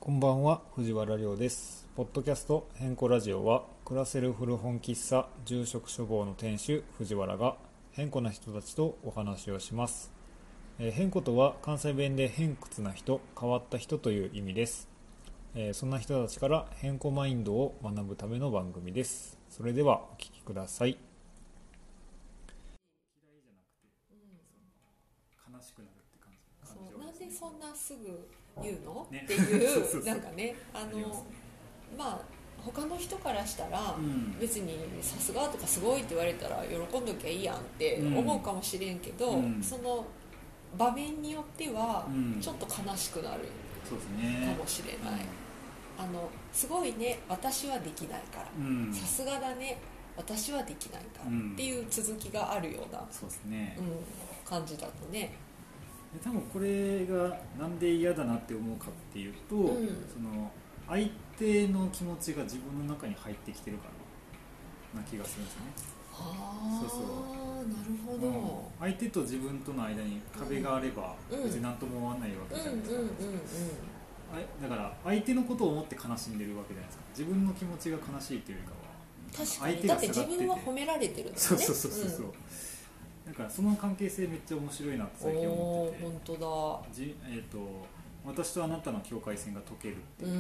こんばんは、藤原亮です。ポッドキャスト変更ラジオは、暮らせる古本喫茶住職処房の店主藤原が変更な人たちとお話をします。変更とは関西弁で偏屈な人、変わった人という意味です。そんな人たちから変更マインドを学ぶための番組です。それではお聞きください。嫌いじゃなくて、悲しくなるって感じ。 そうなんでそんなすぐ言うの、 ね、 っていうそうなんかねまあ他の人からしたら、別にさすがとかすごいって言われたら喜んどきゃいいやんって思うかもしれんけど、その場面によってはちょっと悲しくなるかもしれない、すごいね私はできないから、さすがだね私はできないから、っていう続きがあるような、 そうですね、 感じだとね。 多分これがなんで嫌だなって思うかっていうと、その相手の気持ちが自分の中に入ってきてるからな気がするんですよね。そうそう、 なるほど、 相手と自分との間に壁があれば別に何とも思わないわけじゃないですか。だから相手のことを思って悲しんでるわけじゃないですか。自分の気持ちが悲しいというよりかは、 確かにだって自分は褒められてるんだよね。 そうだからその関係性めっちゃ面白いなって最近思ってて、 本当だ、 私とあなたの境界線が解けるっていう、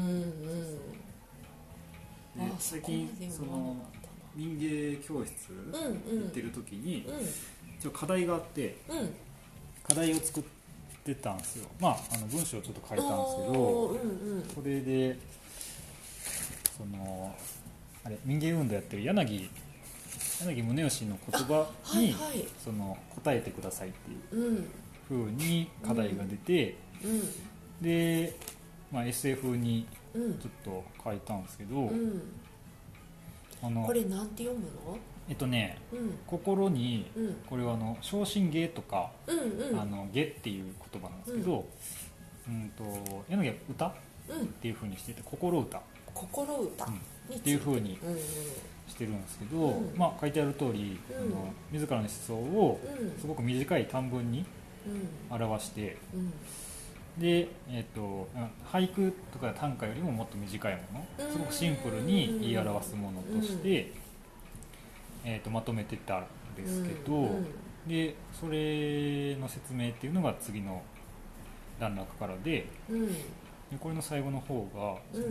で最近その民芸教室行ってる時に、課題があって、課題を作ってたんですよ。文章をちょっと書いたんですけど、それでその民芸運動やってる柳宗悦の言葉に、その答えてくださいっていう風に課題が出て、で、SF にちょっと書いたんですけど、 これなんて読むの？ 心に、これは昇進芸とか、芸っていう言葉なんですけど、柳は歌っていう風にしてて、心歌っていう風にしてるんですけど、書いてある通り、自らの思想をすごく短い短文に表して、で、俳句とか短歌よりももっと短いもの、すごくシンプルに言い表すものとして、まとめてたんですけど、でそれの説明っていうのが次の段落からで、これの最後の方が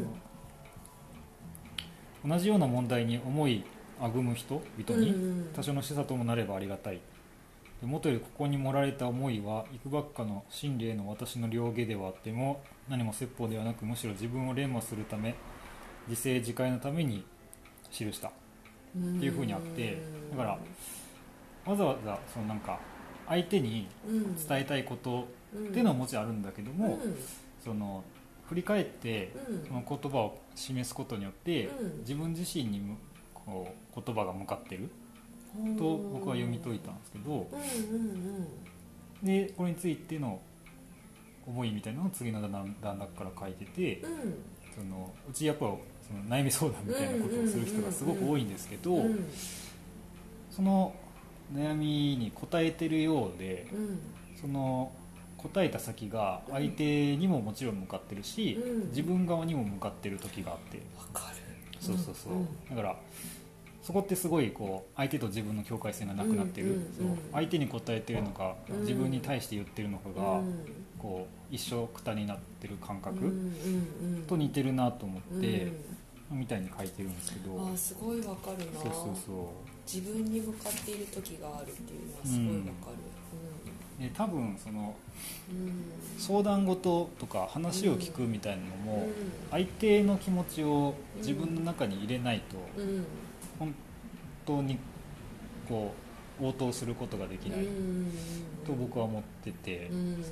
同じような問題に思いあぐむ人々に多少の示唆ともなればありがたい。もとよりここに盛られた思いは幾ばくかの真理への私の両下ではあっても何も説法ではなく、むしろ自分を練磨するため自制自戒のために記したっていう風にあって、だからわざわざその相手に伝えたいことっていうのはもちろんあるんだけども、その振り返ってその言葉を示すことによって自分自身にこう言葉が向かってると僕は読み解いたんですけど、でこれについての思いみたいなのを次の段落から書いてて、うちやっぱその悩み相談みたいなことをする人がすごく多いんですけど、その悩みに答えてるようで、その答えた先が相手にももちろん向かってるし、自分側にも向かってる時があって、だからそこってすごい相手と自分の境界線がなくなってる、相手に答えてるのか自分に対して言ってるのかが一緒くたになってる感覚と似てるなと思ってみたいに書いてるんですけど、 すごいわかるな。自分に向かっている時があるっていうのはすごいわかる。 多分その相談事とか話を聞くみたいなのも相手の気持ちを自分の中に入れないと本当に応答することができないと僕は思ってて、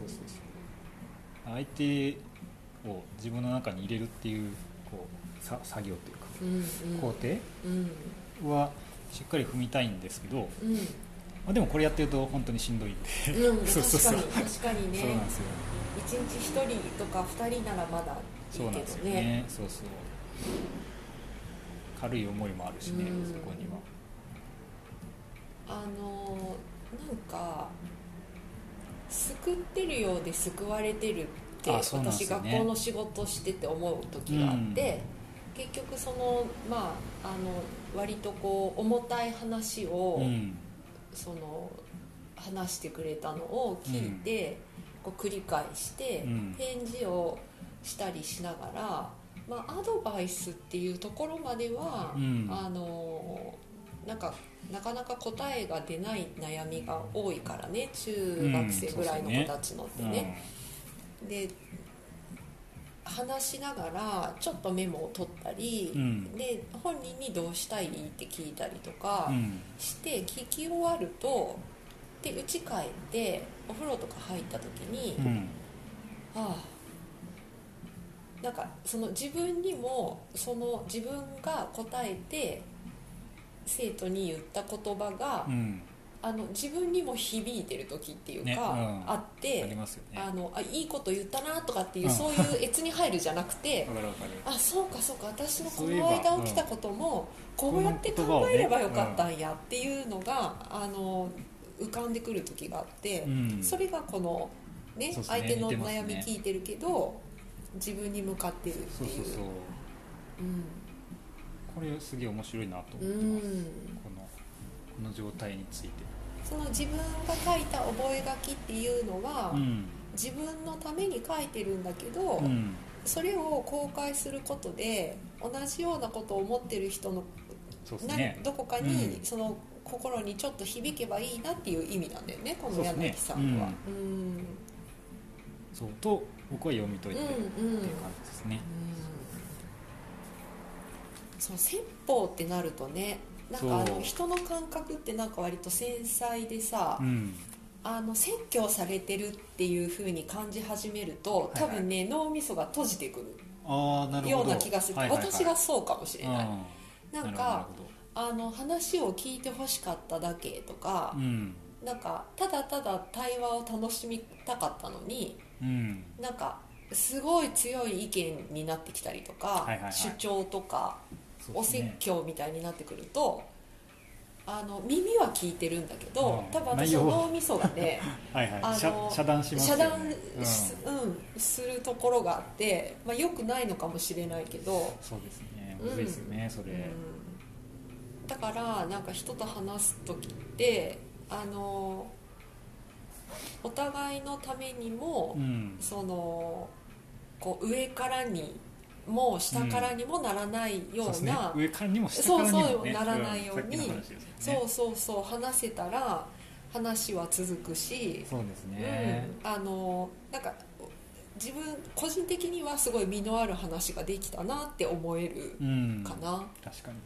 相手を自分の中に入れるっていう作業というか工程はしっかり踏みたいんですけど、でもこれやってると本当にしんどいんで、 確かにね。 そうなんですよ。 1日1人とか2人ならまだいいけどね。そうなんですよね。 軽い思いもあるしね、そこには。 救ってるようで救われてるて、私学校の仕事してて思う時があって、結局その割とこう重たい話を、その話してくれたのを聞いて、こう繰り返して返事をしたりしながら、アドバイスっていうところまでは、なかなか答えが出ない悩みが多いからね、中学生ぐらいの子たちのってね。で話しながらちょっとメモを取ったり、で本人にどうしたいって聞いたりとかして聞き終わると、で家帰ってお風呂とか入った時に、なんかその自分にもその自分が答えて生徒に言った言葉が、自分にも響いてる時っていうか、あって、 ありますよね。 いいこと言ったなとかっていう、そういう越に入るじゃなくてそうか私のこの間起きたこともこうやって考えればよかったんやっていうのが浮かんでくる時があって、それがこの、相手の悩み聞いてるけど自分に向かってるっていう。 これすげえ面白いなと思ってます、この状態について。 その自分が書いた覚書っていうのは、自分のために書いてるんだけど、それを公開することで同じようなことを思ってる人の、どこかにその心にちょっと響けばいいなっていう意味なんだよね、この柳さんは。 そうと僕は読み解いてるっていう感じですね。 そう、説法ってなるとね、なんか人の感覚ってなんか割と繊細でさ、説教されてるっていう風に感じ始めると、多分ね、脳みそが閉じてくるような気がする。私がそうかもしれない。なんか話を聞いてほしかっただけとか、なんかただただ対話を楽しみたかったのに、なんかすごい強い意見になってきたりとか、主張とかお説教みたいになってくると、耳は聞いてるんだけど、多分私の脳みそがね遮断しますよね。 するところがあって、良くないのかもしれないけど、 そうですね、むずいですよね、それ。 だからなんか人と話す時ってお互いのためにも、そのこう上からにも下からにもならないような、 上からにも下からにも、 ならないように、話せたら話は続くし、 そうですね、 なんか自分個人的にはすごい実のある話ができたなって思えるかな。 確かに、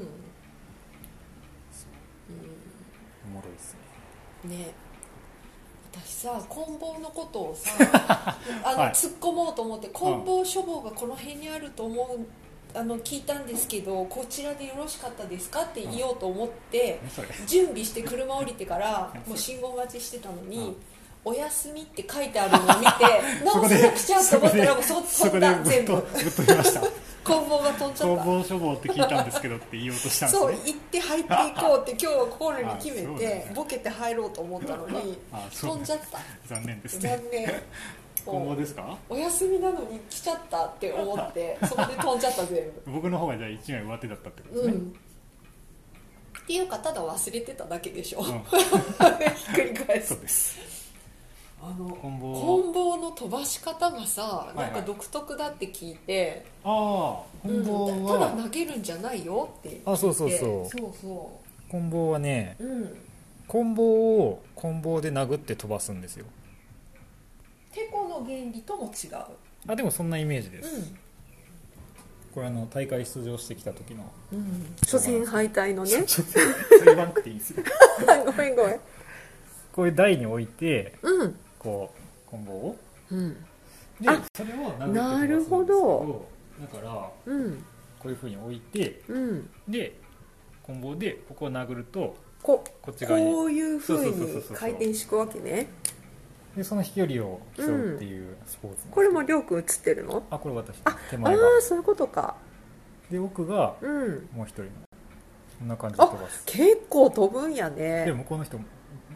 おもろいですね。 私さ、棍棒のことをさ突っ込もうと思って、棍棒書房がこの辺にあると思う、聞いたんですけどこちらでよろしかったですかって言おうと思って準備して車降りてからもう信号待ちしてたのに、お休みって書いてあるのを見てなおさら来ちゃうと思ったら、もう飛んだ、全部ぶっ飛びました。工房が飛んじゃった。 工房書房って聞いたんですけどって言おうとしたんですね。 そう、行って入っていこうって今日は心に決めてボケて入ろうと思ったのに飛んじゃった。 残念ですね。 残念。 工房ですか？ お休みなのに来ちゃったって思ってそこで飛んじゃった全部。 僕の方がじゃあ一枚上手だったってことですね。 っていうかただ忘れてただけでしょ。ひっくり返す。 そうです。 棍棒の飛ばし方がさ、なんか独特だって聞いて、 棍棒はただ投げるんじゃないよって言って、 そう棍棒はね、棍棒を棍棒で殴って飛ばすんですよ。 てこの原理とも違う。 でもそんなイメージです。これ大会出場してきた時の、 初戦敗退のね。 言わなくていいんですよ。 ごめんごめん。 こういう台に置いて、こう棍棒を、でそれを殴って飛ばすんですけど、 なるほど。 だから、こういう風に置いて、で棍棒でここを殴るとこっち側にこういう風に回転していくわけね。 でその飛距離を競うっていうスポーツ、 これもりょうくん映ってるの？ これ私、手前がそういうことか。 で奥がもう一人の、こんな感じで飛ばす。 結構飛ぶんやね。 でもこの人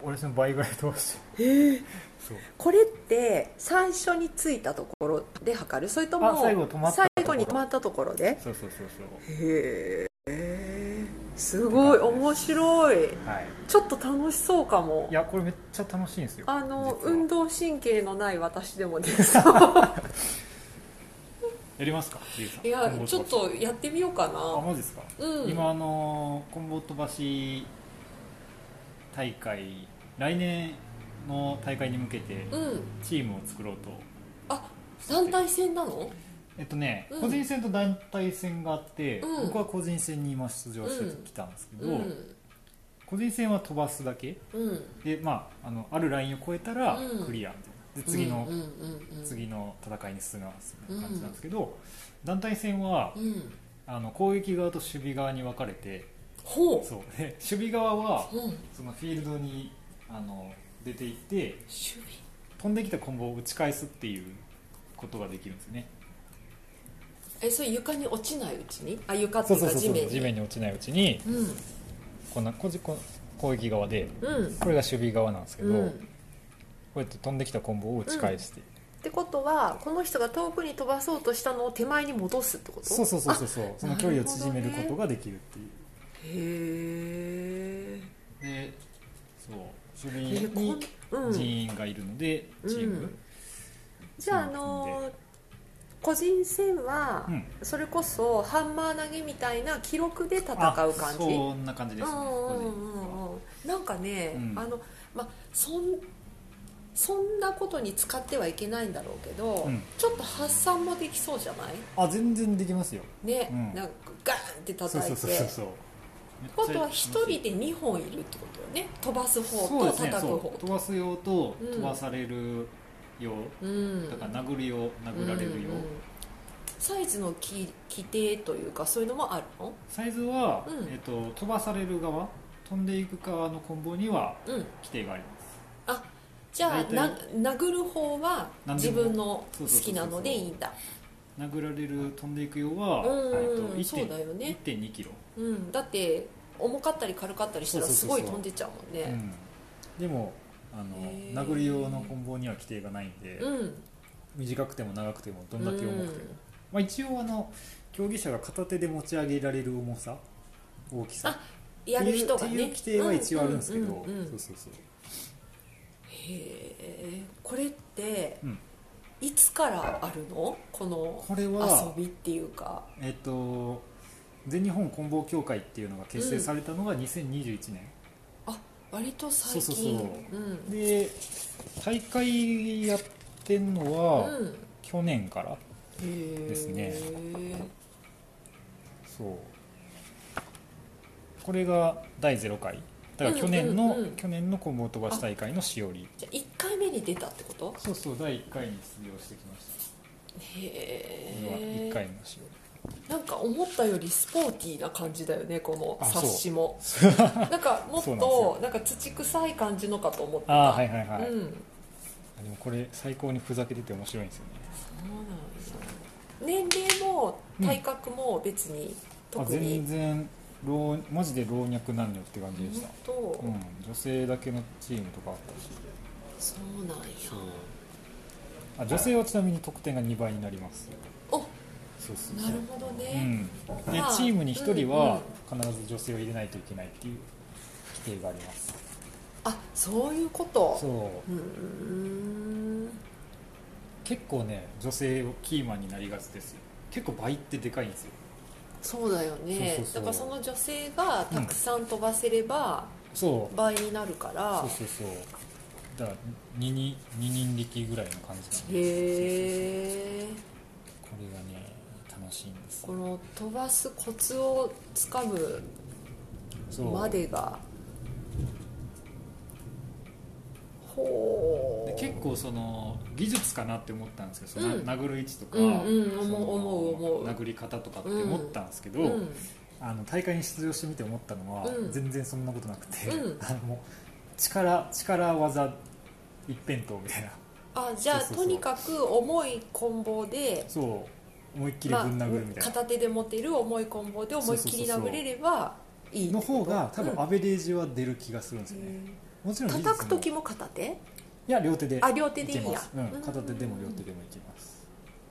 俺の倍ぐらい飛ばしてそうこれって最初に着いたところで測る、それとも最後に止まったところで。 そうへえ、すごい面白い、 はい、 ちょっと楽しそうかも。 いやこれめっちゃ楽しいんですよ。 運動神経のない私でもできそうやりますか、リュウさん。 いやちょっとやってみようかな。 あ、マジですか。今コンボ飛ばし大会、来年の大会に向けてチームを作ろうと、 あ、団体戦なの？ 個人戦と団体戦があって、僕は個人戦に今出場してきたんですけど、個人戦は飛ばすだけ、で、あるラインを超えたらクリアで次の戦いに進みますみたいな感じなんですけど、団体戦は、攻撃側と守備側に分かれて、そうで守備側は、そのフィールドに出ていって飛んできたコンボを打ち返すっていうことができるんですね。 それ床に落ちないうちに、床っていうか地面に落ちないうちに、こんな攻撃側で、これが守備側なんですけど、こうやって飛んできたコンボを打ち返して、 ってことはこの人が遠くに飛ばそうとしたのを手前に戻すってこと？ そうその距離を縮めることができるっていう。 へえ。で、そう守備に人員がいるので、チーム、 じゃあ個人戦はそれこそハンマー投げみたいな記録で戦う感じ？ そんな感じですね。 なんかね、そんなことに使ってはいけないんだろうけど、ちょっと発散もできそうじゃない？ 全然できますよね、なんかガーンって叩いて、ってことは1人で2本いるってことよね。飛ばす方と叩く方、 飛ばす用と飛ばされる用、だから殴られる用、 サイズの規定というかそういうのもあるの？ サイズは、飛ばされる側、飛んでいく側のコンボには規定があります。 じゃあ殴る方は自分の好きなのでいいんだ。 殴られる飛んでいく用は、 そうだよね、 1.2 キロ、 だって重かったり軽かったりしたらすごい飛んでっちゃうもんね。 でも殴る用のコンボには規定がないんで、短くても長くてもどんだけ重くても、一応競技者が片手で持ち上げられる重さ、大きさやる人がねっていう規定は一応あるんですけど、 へえ、これって、いつからあるの？これは遊びっていうか、 全日本コンボ協会っていうのが結成されたのが2021年、 割と最近。 で大会やってんのは、去年からですね。そう、これが第0回だから去年のコンボ飛ばし大会のしおり。 じゃあ1回目に出たってこと？ そう第1回に出場してきました。へえ。1回のしおり。 なんか思ったよりスポーティーな感じだよね、この冊子も。なんかもっとなんか土臭い感じのかと思ってた。 でもこれ最高にふざけてて面白いんですよね。 そうなんだ。年齢も体格も別に特に、 全然マジで老若男女って感じでした。女性だけのチームとかあったし。 そうなんや。 女性はちなみに得点が2倍になります。 なるほどね。 でチームに1人は必ず女性を入れないといけないっていう規定があります。 そういうこと。 結構ね、女性キーマンになりがちですよ。結構倍ってでかいんですよ。 そうだよね。だからその女性がたくさん飛ばせれば倍になるから、 だから二人力ぐらいの感じなんです。 へえ。 これがね楽しいんです。 この飛ばすコツをつかむまでがで結構その技術かなって思ったんですけど、殴る位置とか、 思う殴り方とかって思ったんですけど、大会に出場してみて思ったのは、全然そんなことなくて、もう力技一辺倒みたいな。 じゃあとにかく重いコンボで思いっきりぶん殴るみたいな、 片手で持てる重いコンボで思いっきり殴れればいいの方が多分アベレージは出る気がするんですよね。 もちろん叩く時も片手？ いや両手であ、両手でいいんや、 片手でも両手でもいけます。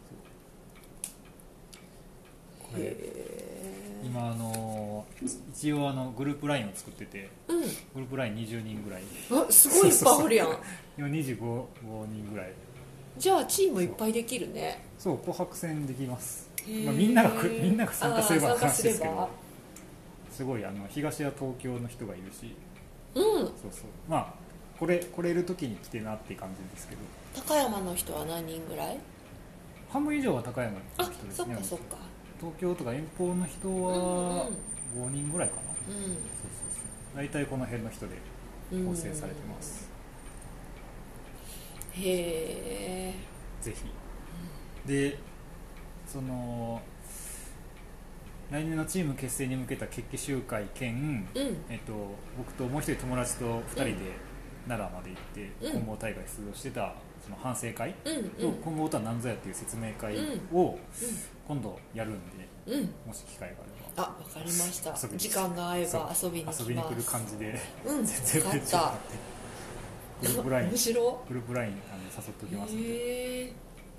これ今一応グループ LINE を作ってて、グループ LINE 20人ぐらい、 すごいいっぱいおるやん。 今25人ぐらい。 じゃあチームいっぱいできるね。 そう、紅白戦できます。みんなが参加すれば話ですけど、すごい東や東京の人がいるし、そうそう、まあ来れる時に来てなって感じですけど。 高山の人は何人ぐらい？ 半分以上は高山の人ですね。 そっかそっか。 東京とか遠方の人は5人ぐらいかな。そうそうそう、大体この辺の人で構成されてます。 へえ。 ぜひ。で来年のチーム結成に向けた決起集会兼、僕ともう一人友達と2人で奈良まで行って、棍棒大会出場してたその反省会と棍棒とは何ぞやっていう説明会を今度やるんで、もし機会があれば。 わかりました。時間が合えば遊びに来ます。 遊びに来る感じで、 全然分かった。 グループ LINE むしろ誘っておきますので。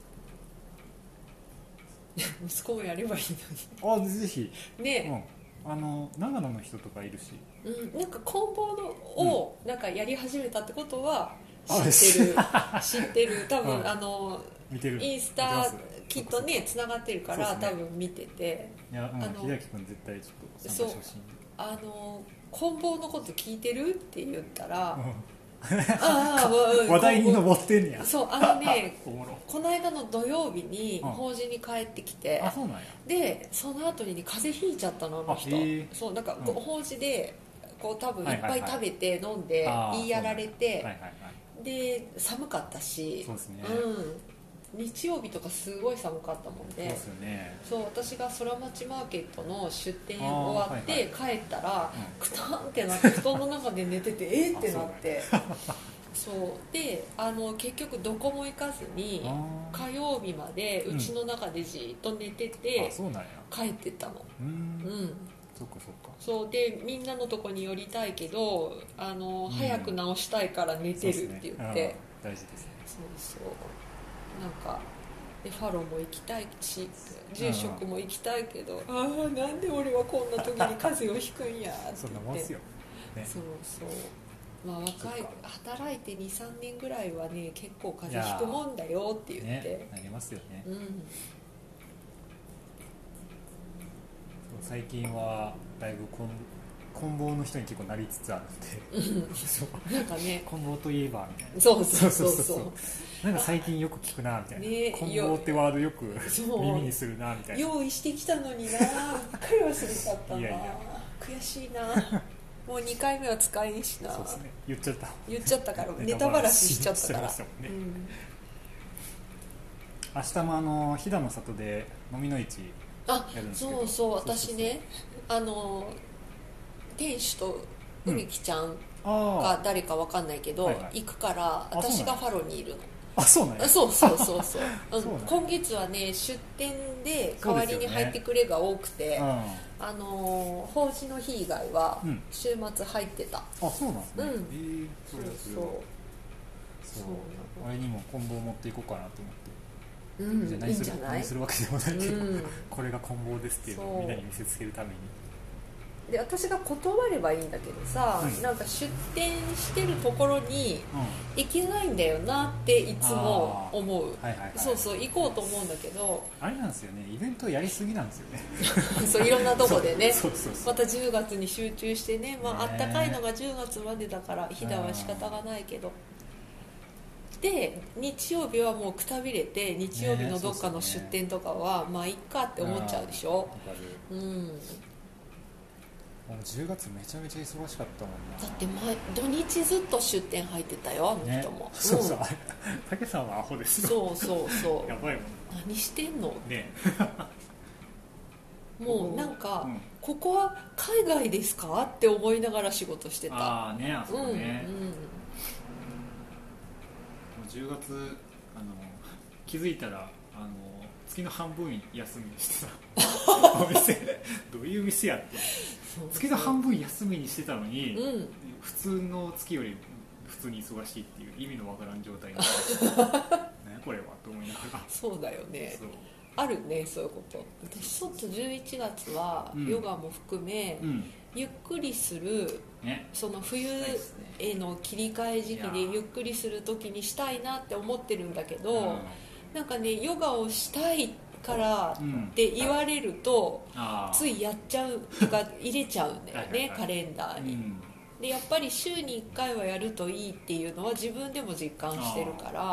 息子もやればいいのに。 ぜひね、 長野の人とかいるし、 なんか棍棒をなんかやり始めたってことは知ってる多分、 見てる、 インスタきっとねつながってるから、多分見てて、 いや秀明君絶対ちょっと参加してほしいんで。 棍棒のこと聞いてるって言ったら、 話題に上ってんねや。 そう、この間の土曜日に法事に帰ってきて、 そうなんや。 でその後に風邪ひいちゃったの、あの人。そう、なんか法事で多分いっぱい食べて飲んで言いやられて、で寒かったし、 そうですね、 日曜日とかすごい寒かったもんで、そう私が空町マーケットの出店終わって帰ったら、クタンってなって布団の中で寝ててってなってそうで結局どこも行かずに火曜日までうちの中でじっと寝てて帰ってったの。 そっかそっか。 そうでみんなのとこに寄りたいけど早く直したいから寝てるって言って、 大事ですね。 そうなんかでファロも行きたいし住職も行きたいけど、なんで俺はこんな時に風邪をひくんやって言って。 そんなもんすよ、ね、 そうまあ若い働いて 2,3 年ぐらいはね結構風邪ひくもんだよって言って、 なりますよね。最近はだいぶ棍棒の人に結構なりつつあるんで、 なんかね棍棒といえばみたいな。 そうなんか最近よく聞くなみたいな、棍棒ってワードよく耳にするなみたいな。 用意してきたのにな、うっかり忘れちゃったな。悔しいな。もう2回目は使えんしな。 そうですね、言っちゃったからネタバラシしちゃったから、 明日も飛騨の里で飲みの市やるんですけど、 そう私ね、店主と梅木ちゃんが誰か分かんないけど、行くから私がファロにいるの。 そうなんや。 そう今月はね出店で代わりに入ってくれが多くて、法事の日以外は週末入ってた。 そうなんですね。そう俺にも棍棒持っていこうかなと思って、 いいんじゃない。 何するわけでもないけど、これが棍棒ですっていうのをみんなに見せつけるために。 で私が断ればいいんだけどさ、なんか出店してるところに行けないんだよなっていつも思う。そう行こうと思うんだけど、 あれなんですよね、イベントやりすぎなんですよねそういろんなとこでねまた10月に集中してね、あったかいのが10月までだから飛騨は仕方がないけど、で日曜日はもうくたびれて、日曜日のどっかの出店とかはまあいっかって思っちゃうでしょ。 もう10月めちゃめちゃ忙しかったもんな。 だって土日ずっと出店入ってたよ、あの人も。 竹さんはアホですよ。 そうやばいもん。 何してんのねもうなんか、ここは海外ですかって思いながら仕事してた。 あそうね、10月気づいたら月の半分休みにしてたお店どういう店やって月の半分休みにしてたのに、普通の月より普通に忙しいっていう意味のわからん状態になって何これはと思いながら。 そうだよね。 そうあるね、そういうこと。私ちょっと11月はヨガも含め、ゆっくりする、ね、その冬への切り替え時期でゆっくりする時にしたいなって思ってるんだけど、なんかね、ヨガをしたいからって言われると、ついやっちゃうとか入れちゃうんだよねカレンダーに、でやっぱり週に1回はやるといいっていうのは自分でも実感してるから、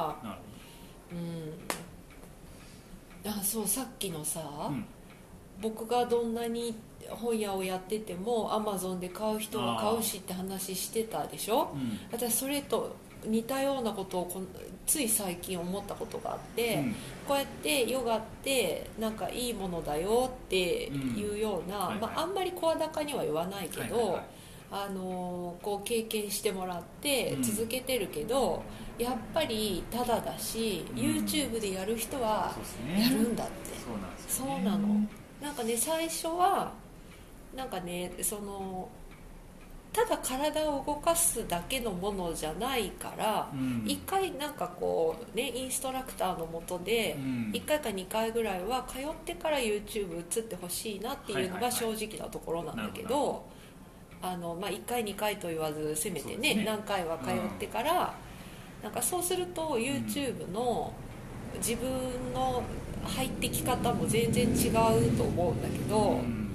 そう、さっきのさ、僕がどんなに本屋をやっててもアマゾンで買う人は買うしって話してたでしょ、私それと似たようなことをつい最近思ったことがあって、こうやってヨガってなんかいいものだよっていうような、あんまり声高には言わないけど、こう経験してもらって続けてるけど、やっぱりタダだし、YouTube でやる人はやるんだって。そうなの。なんかね、最初はなんかね、ただ体を動かすだけのものじゃないから、一回なんかこうね、インストラクターのもとで1回か2回ぐらいは通ってから YouTube 映ってほしいなっていうのが正直なところなんだけど、1回2回と言わずせめてね、何回は通ってから、なんかそうすると YouTube の自分の入ってき方も全然違うと思うんだけど、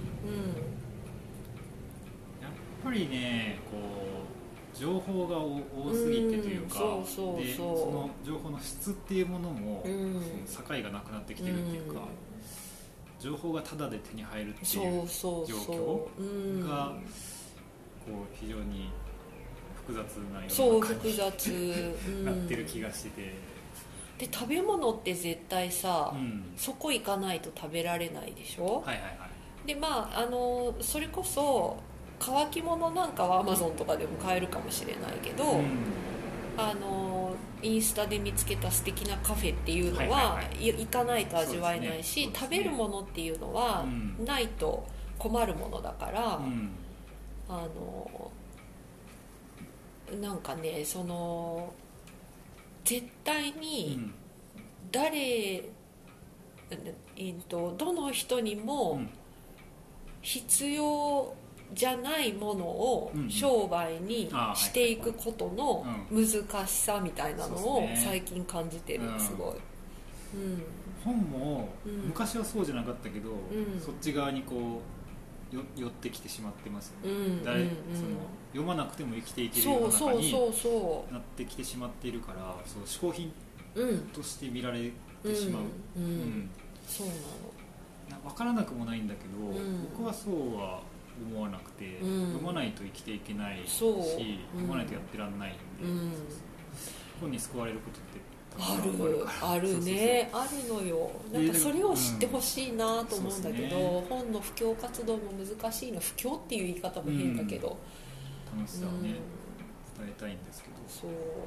やっぱりね、こう情報が多すぎてというか、でその情報の質っていうものも、その境がなくなってきてるっていうか、情報がタダで手に入るっていう状況がこう非常に複雑な世の中になってる気がしてて。 で食べ物って絶対さ、そこ行かないと食べられないでしょ、でそれこそ乾き物なんかは Amazon とかでも買えるかもしれないけど、インスタで見つけた素敵なカフェっていうのは行かないと味わえないし、食べるものっていうのはないと困るものだから、なんかね、絶対にどの人にも必要じゃないものを商売にしていくことの難しさみたいなのを最近感じてる、すごい。 本も昔はそうじゃなかったけど、そっち側にこう寄ってきてしまってますよね。読まなくても生きていける世の中になってきてしまっているから、嗜好品として見られてしまう。 そうなの分からなくもないんだけど、僕はそうは思わなくて、読まないと生きていけないし、読まないとやってらんないんで、本に救われることってあるね、あるのよ。なんかそれを知ってほしいなと思うんだけど、本の布教活動も難しいの。布教っていう言い方も変だけど、 楽しさをね、伝えたいんですけど、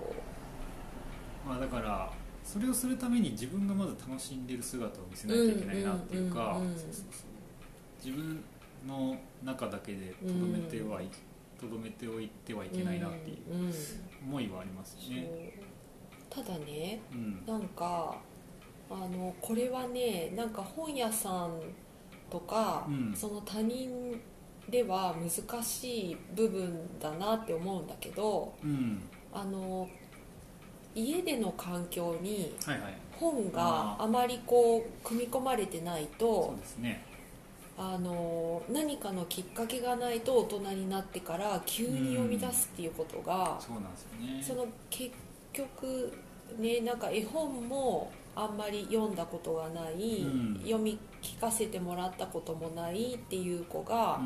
だからそれをするために自分がまず楽しんでる姿を見せないといけないなっていうか、自分の中だけでとどめておいてはいけないなっていう思いはありますね。 ただね、なんかこれはね、なんか本屋さんとか、その他人では難しい部分だなって思うんだけど、家での環境に本があまりこう組み込まれてないと、何かのきっかけがないと大人になってから急に読み出すっていうことが、その結局ね、なんか絵本もあんまり読んだことがない、読み聞かせてもらったこともないっていう子が、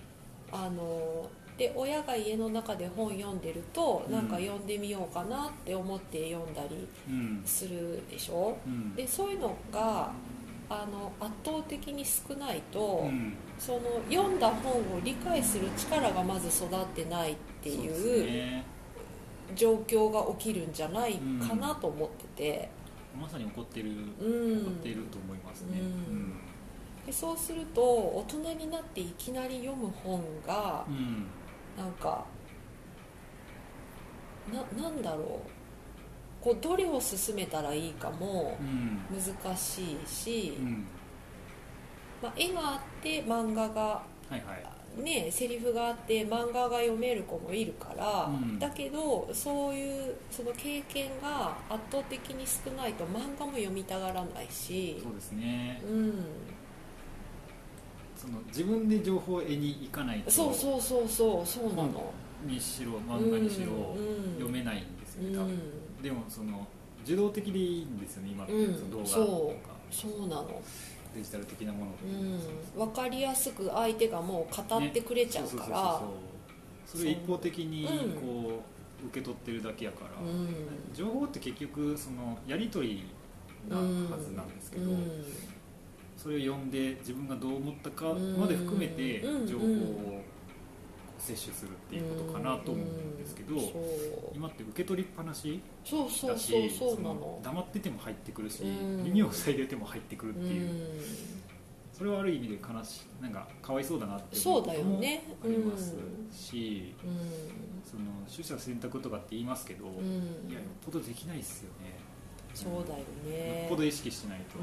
で親が家の中で本読んでると、なんか読んでみようかなって思って読んだりするでしょ、でそういうのが圧倒的に少ないと、その読んだ本を理解する力がまず育ってないっていう状況が起きるんじゃないかなと思ってて、 まさに起こっていると思いますね。 でそうすると大人になっていきなり読む本が、なんかなんだろう、こうどれを進めたらいいかも難しいし、まあ、絵があって漫画が、 はいはいね、セリフがあって漫画が読める子もいるから、だけどそういうその経験が圧倒的に少ないと漫画も読みたがらないし。 そうですね、 うん、 その自分で情報を得に行かないと、 そうなの。 にしろ漫画にしろ読めないんですよね、多分。でもその受動的でいいんですよね今って、その動画とかそうなの、 デジタル的なものって、 分かりやすく相手がもう語ってくれちゃうから、 それ一方的にこう受け取ってるだけやから、情報って結局そのやり取りなはずなんですけど、それを読んで自分がどう思ったかまで含めて情報を摂取するっていうことかなと思うんですけど、今って受け取りっぱなしだし、黙ってても入ってくるし、耳を塞いでても入ってくるっていう、それはある意味でなんかかわいそうだなって思うこともありますし、その取捨選択とかって言いますけど、いやよっぽどできないですよね。 そうだよね、 よっぽど意識しないと。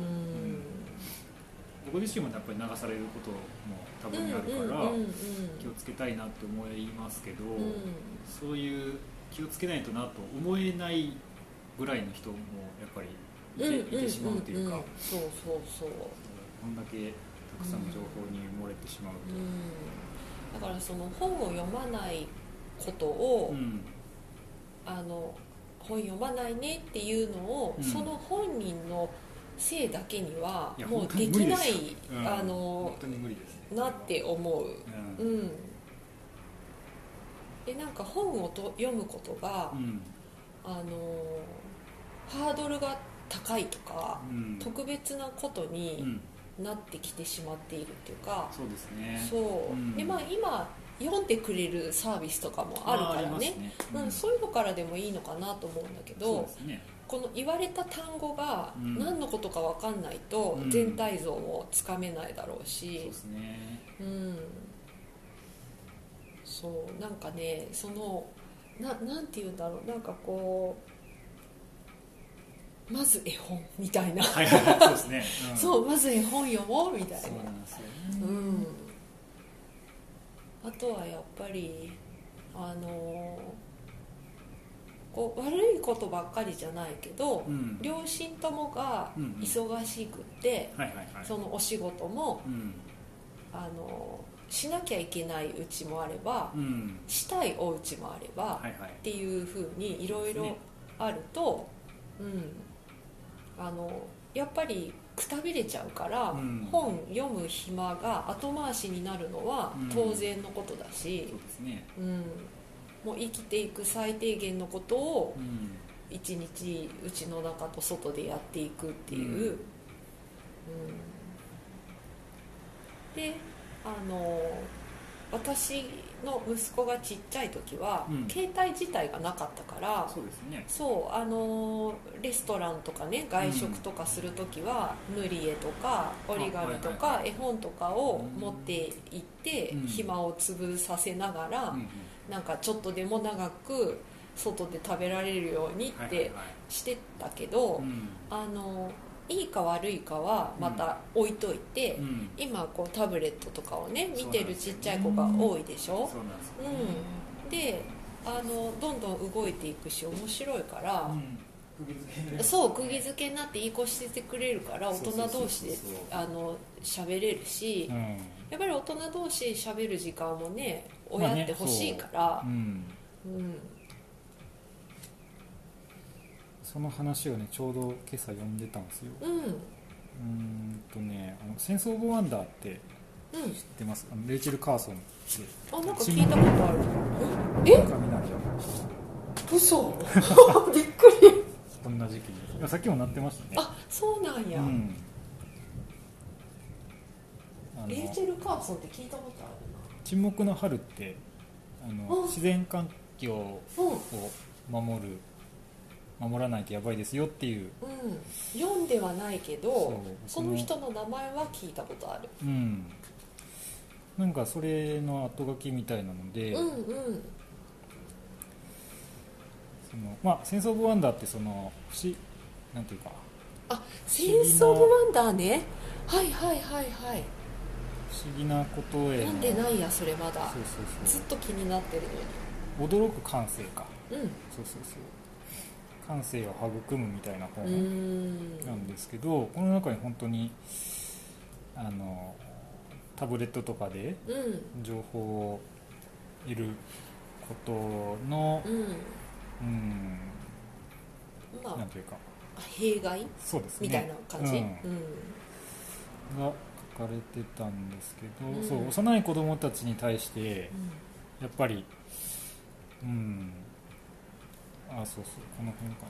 僕自身もやっぱり流されることも多分にあるから気をつけたいなって思いますけど、そういう気をつけないとなと思えないぐらいの人もやっぱりいてしまうというか、 そうこんだけたくさんの情報に埋もれてしまうと、 だからその本を読まないことを、本読まないねっていうのを、その本人のせいだけにはもうできない、 本当に無理ですねなって思う。でなんか本を読むことが、ハードルが高いとか、特別なことになってきてしまっているっていうか、 そうですね。 でまあ今読んでくれるサービスとかもあるからね、そういうのからでもいいのかなと思うんだけど、この言われた単語が何のことか分かんないと全体像もつかめないだろうし、 そうですね。 そうなんかね、そのなんていうんだろう、なんかこうまず絵本みたいなそうですね、 そうまず絵本読もうみたいな。 そうなんですよね。 あとはやっぱりこう悪いことばっかりじゃないけど、両親ともが忙しくって、そのお仕事も、しなきゃいけないうちもあれば、したいお家もあれば、っていうふうにいろいろあると、やっぱりくたびれちゃうから、本読む暇が後回しになるのは当然のことだし、もう生きていく最低限のことを一日うちの中と外でやっていくっていう、で私の息子がちっちゃい時は、携帯自体がなかったから、レストランとかね、外食とかする時は、塗り絵とか折り紙とか絵本とかを持って行って、暇を潰させながら、なんかちょっとでも長く外で食べられるようにってしてたけど、いいか悪いかはまた置いといて、今こうタブレットとかをね見てるちっちゃい子が多いでしょ。でどんどん動いていくし面白いから、そう釘付けになっていい子してくれるから、大人同士で喋れるし、やっぱり大人同士喋る時間もね親って欲しいから、 その話をねちょうど今朝読んでたんですよ。センス・オブ・ワンダーって知ってます？レイチェル・カーソンって。 なんか聞いたことある。嘘びっくり。 こんな時期にさっきもなってましたね。 そうなんや。レイチェル・カーソンって聞いたことあるな。 沈黙の春って自然環境を守らないとやばいですよっていう、 読んではないけどその人の名前は聞いたことある。 なんかそれの後書きみたいなので、 センス・オブ・ワンダーってなんていうか、 センス・オブ・ワンダーね、はいはいはいはい、 不思議なことへの、 読んでないやそれまだ。 そうそうそう、 ずっと気になってるのに。 驚く感性か、 うんそうそうそう、感性を育むみたいな本なんですけど、この中に本当にタブレットとかで情報を得ることの、 まあ、 なんていうか弊害、 そうですね、 みたいな感じ、 が書かれてたんですけど、そう幼い子供たちに対して、やっぱりそうそう、この辺か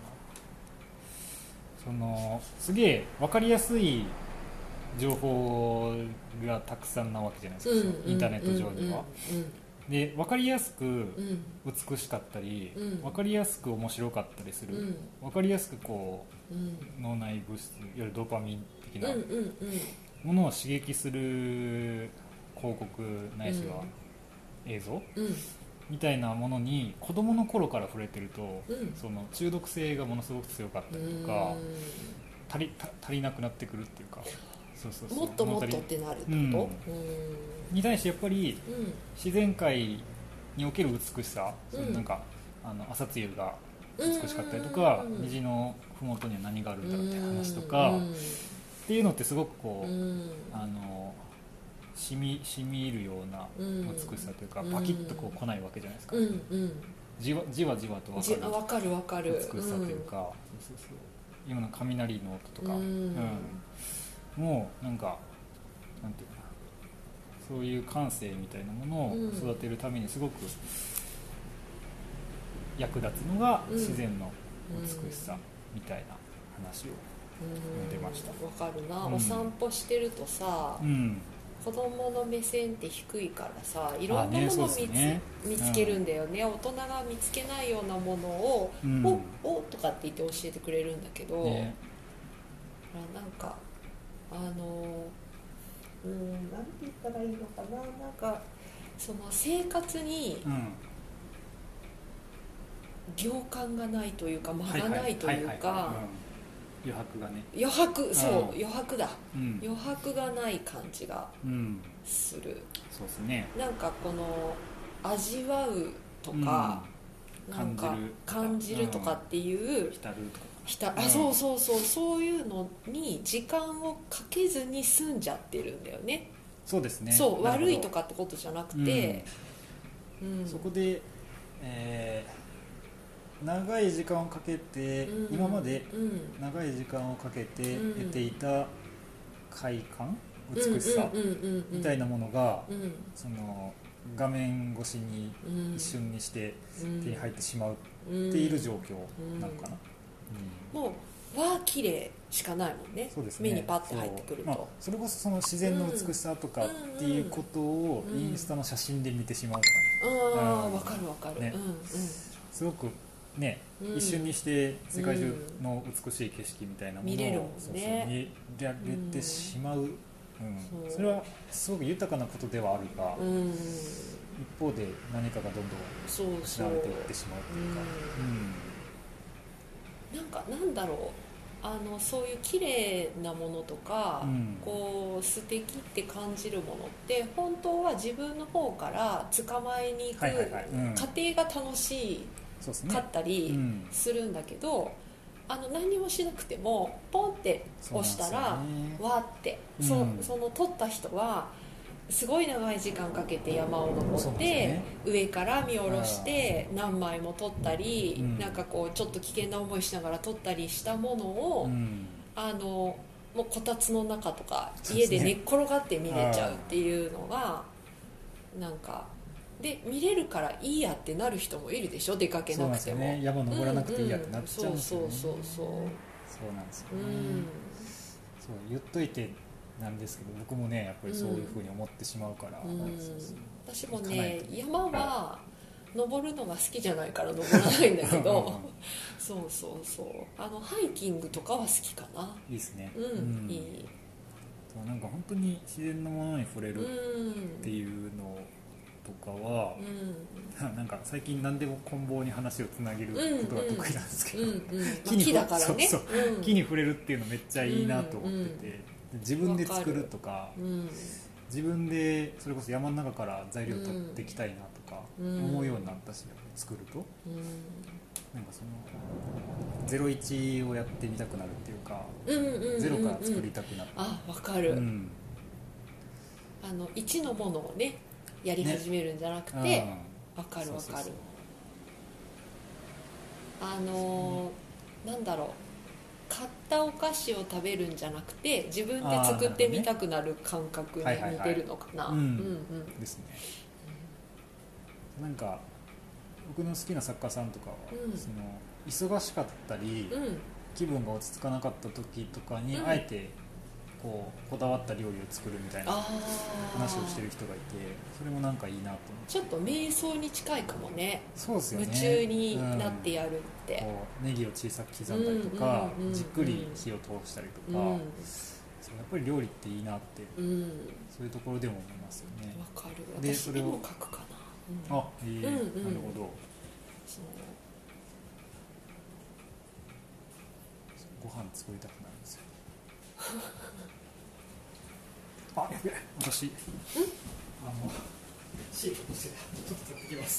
な、すげえ分かりやすい情報がたくさんなわけじゃないですか、インターネット上には。で分かりやすく美しかったり、分かりやすく面白かったりする、分かりやすくこう、脳内物質いわゆるドーパミン的なものを刺激する広告ないしは映像、みたいなものに子供の頃から触れてると、その中毒性がものすごく強かったりとか、足りなくなってくるっていうか、そうそうそう、 もっともっとってなるってこと、 に対してやっぱり自然界における美しさ、なんか朝露が美しかったりとか、虹の麓には何があるんだろうみたいな話とか、っていうのってすごくこう、染み入るような美しさというか、パキッとこう来ないわけじゃないですか、じわじわと分かる美しさというか、そうそうそう、今の雷の音とか、もうなんかなんていうかな、そういう感性みたいなものを育てるためにすごく役立つのが自然の美しさみたいな話を読んでました。 わかるな、お散歩してるとさ、子供の目線って低いからさ、いろんなものを見つけるんだよね、大人が見つけないようなものを、おとかって言って教えてくれるんだけど、なんかなんて言ったらいいのかな、なんかその生活に行間がないというか、間がないというか、 余白がね、 そう、余白だ、余白がない感じがする、 そうですね、 なんかこの味わうとか、なんか感じるとかっていう、 浸るとか、 そういうのに時間をかけずに済んじゃってるんだよね。 そうですね、 そう、悪いとかってことじゃなくて、 そこで、長い時間をかけて、今まで長い時間をかけて得ていた快感、美しさみたいなものが、その画面越しに一瞬にして手に入ってしまうっている状況なのかな。 もうわあ綺麗しかないもんね。 そうですね、 目にパッて入ってくると、 それこそその自然の美しさとかっていうことをインスタの写真で見てしまうとかね、 わかるわかる、 すごくね、一瞬にして世界中の美しい景色みたいなものを見れるもんね、 見られてしまう、それはすごく豊かなことではあるが、一方で何かがどんどん失われていってしまうというか、 なんだろう、そういう綺麗なものとか、こう素敵って感じるものって本当は自分の方から捕まえに行く過程が楽しいかったりするんだけど、何もしなくてもポンって押したら、わって、その撮った人はすごい長い時間かけて山を登って、上から見下ろして何枚も撮ったり、なんかこうちょっと危険な思いしながら撮ったりしたものを、もうこたつの中とか家で寝っ転がって見れちゃうっていうのが、なんかで見れるからいいやってなる人もいるでしょ、出かけなくても、 山登らなくていいやってなっちゃうんですよね。 そうなんですよね、そう言っといてなんですけど、僕もねやっぱりそういうふうに思ってしまうから、 私もね山は登るのが好きじゃないから登らないんだけどそうハイキングとかは好きかな。 いいですね、 いい。 なんか本当に自然のものに触れるっていうのとかは、なんか最近何でも棍棒に話をつなげることが得意なんですけど、 木だからね、 木に触れるっていうのめっちゃいいなと思ってて、自分で作るとか、自分でそれこそ山の中から材料取っていきたいなとか思うようになったし、作ると、なんかその01をやってみたくなるっていうか、ゼロから作りたくなる。 あ、分かる、1のものをねやり始めるんじゃなくて、ね、分かる分かる。なんだろう、買ったお菓子を食べるんじゃなくて自分で作ってみたくなる感覚に似てるのかな。 ですね。なんか僕の好きな作家さんとかは、その忙しかったり、気分が落ち着かなかった時とかに、あえてこだわった料理を作るみたいな話をしてる人がいて、それもなんかいいなと思って。 ちょっと瞑想に近いかもね。 そうですよね。 夢中になってやるって、 ネギを小さく刻んだりとか、じっくり火を通したりとか、やっぱり料理っていいなって、そういうところでも思いますよね。 わかる。私でも書くかな。 なるほど。ご飯作りたくなるんですよ。あ、やべえ、私シートとしてちょっと取ってきます。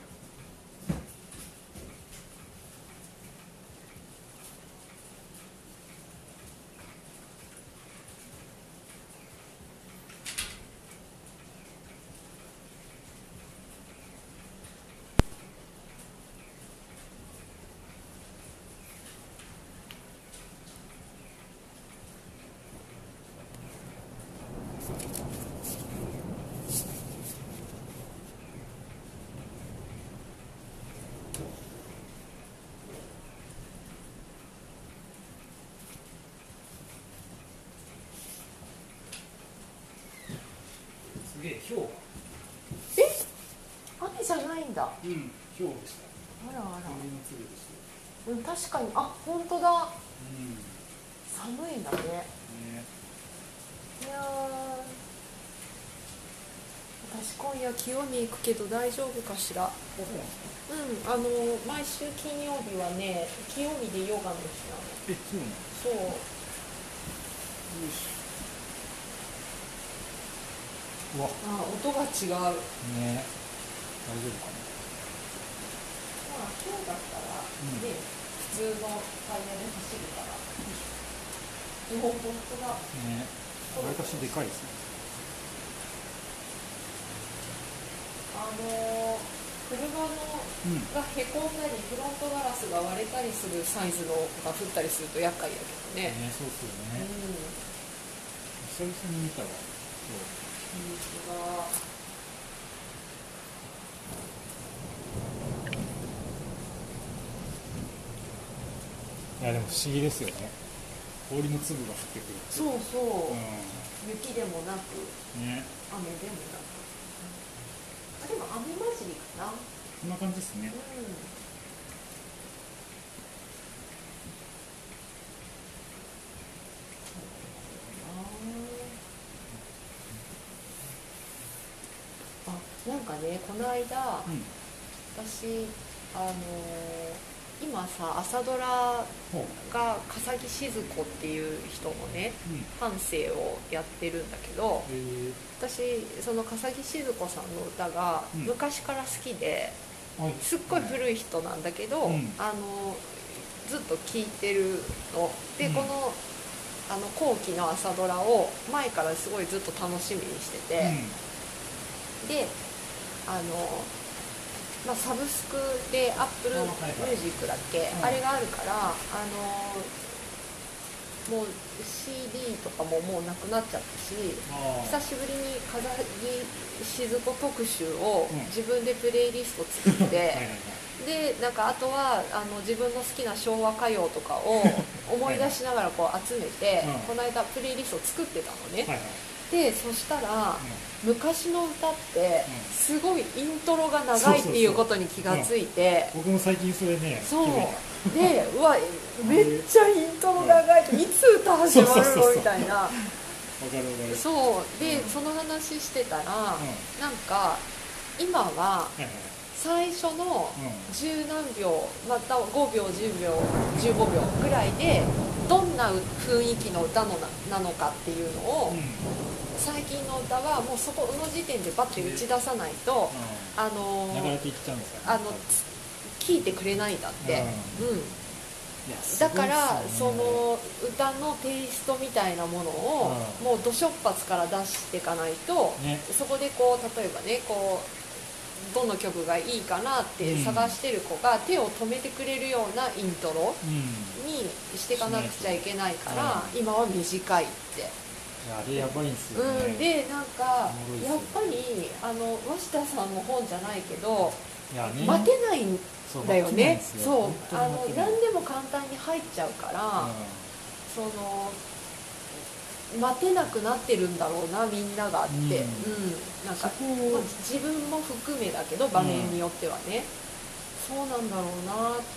すげえ、ひょうが。雨じゃないんだ。 ひょうでした。 あらあら。 雨の粒でした。確かに、あ、本当だ。寒いんだね。いや私今夜清見行くけど大丈夫かしら。毎週金曜日はね、清見でヨガの日なの。そう。よし。音が違う。ね、大丈夫かな。今日だったら、ね、普通のタイヤで走るから。本当だ。 ね、わりかしでかいですね。 車がへこんだり、フロントガラスが割れたりするサイズのが降ったりすると厄介だけどね。 そうですよね。久々に見たわ。いやでも不思議ですよね。氷の粒が降ってくる。 そう、雪でもなく、雨でもなく。でも雨混じりかな。 こんな感じですね。 なんかね、この間、私今さ、朝ドラが笠木静子っていう人のね、半生をやってるんだけど、私その笠木静子さんの歌が昔から好きで、すっごい古い人なんだけど、ずっと聴いてるので、この後期の朝ドラを前からすごいずっと楽しみにしてて、でサブスクで Apple Music だっけ、あれがあるから、もう CD とかももうなくなっちゃったし、久しぶりに笠木静子特集を自分でプレイリスト作って、でなんかあとは自分の好きな昭和歌謡とかを思い出しながらこう集めて、この間プレイリストを作ってたのね。でそしたら、昔の歌ってすごいイントロが長いっていうことに気がついて、 僕も最近それね、 でうわめっちゃイントロ長いといつ歌始まるのみたいな。そうで、その話してたら、なんか今は最初の十何秒また5秒10秒15秒ぐらいでどんな雰囲気の歌なのかっていうのを、最近の歌はもうそこの時点でバッて打ち出さないと、 流れていっちゃうんですかね。 聞いてくれないんだって、だからその歌のテイストみたいなものをもうど初発から出していかないと、そこでこう例えばねこうどの曲がいいかなって探してる子が手を止めてくれるようなイントロにしていかなくちゃいけないから、今は短いって。 あれやばいんですよね。 でなんかやっぱり鷲田さんの本じゃないけど待てないんだよね。そう何でも簡単に入っちゃうから、その待てなくなってるんだろうなみんながって、なんか自分も含めだけど場面によってはね、そうなんだろうなって。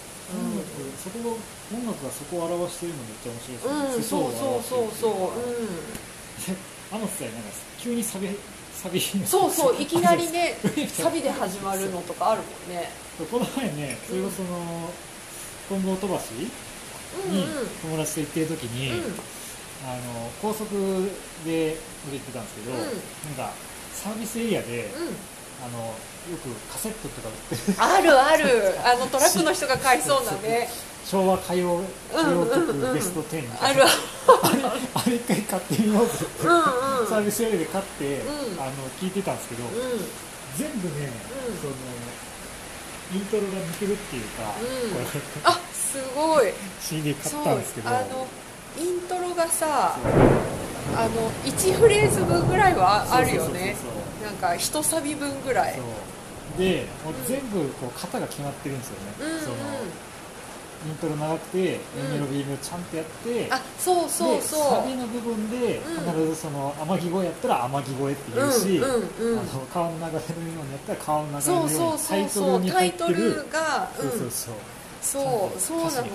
音楽がそこを表しているのめっちゃ面白いですね。 そうなんか急にサビいきなりねサビで始まるのとかあるもんね。 この前ね、それこそ金剛飛ばしに友達と行ってる時に、高速で行ってたんですけど、なんかサービスエリアで、よくカセットとか売ってるあるトラックの人が買いそうなね昭和歌謡曲ベスト10みたいな、あれ一回買ってみようってサービスエリアで買って聞いてたんですけど、全部ね、そのイントロが抜けるっていうか、 すごい CD 買ったんですけど、 イントロがさ1フレーズ分ぐらいはあるよね。なんか1サビ分ぐらいで、もう全部こう型が決まってるんですよね。そのイントロ長くて A メロ B メロちゃんとやって、 そうサビの部分で必ずその天城越えやったら天城越えって言うし、川の流れのようにやったら川の流れのようにタイトルに入ってるがそうなの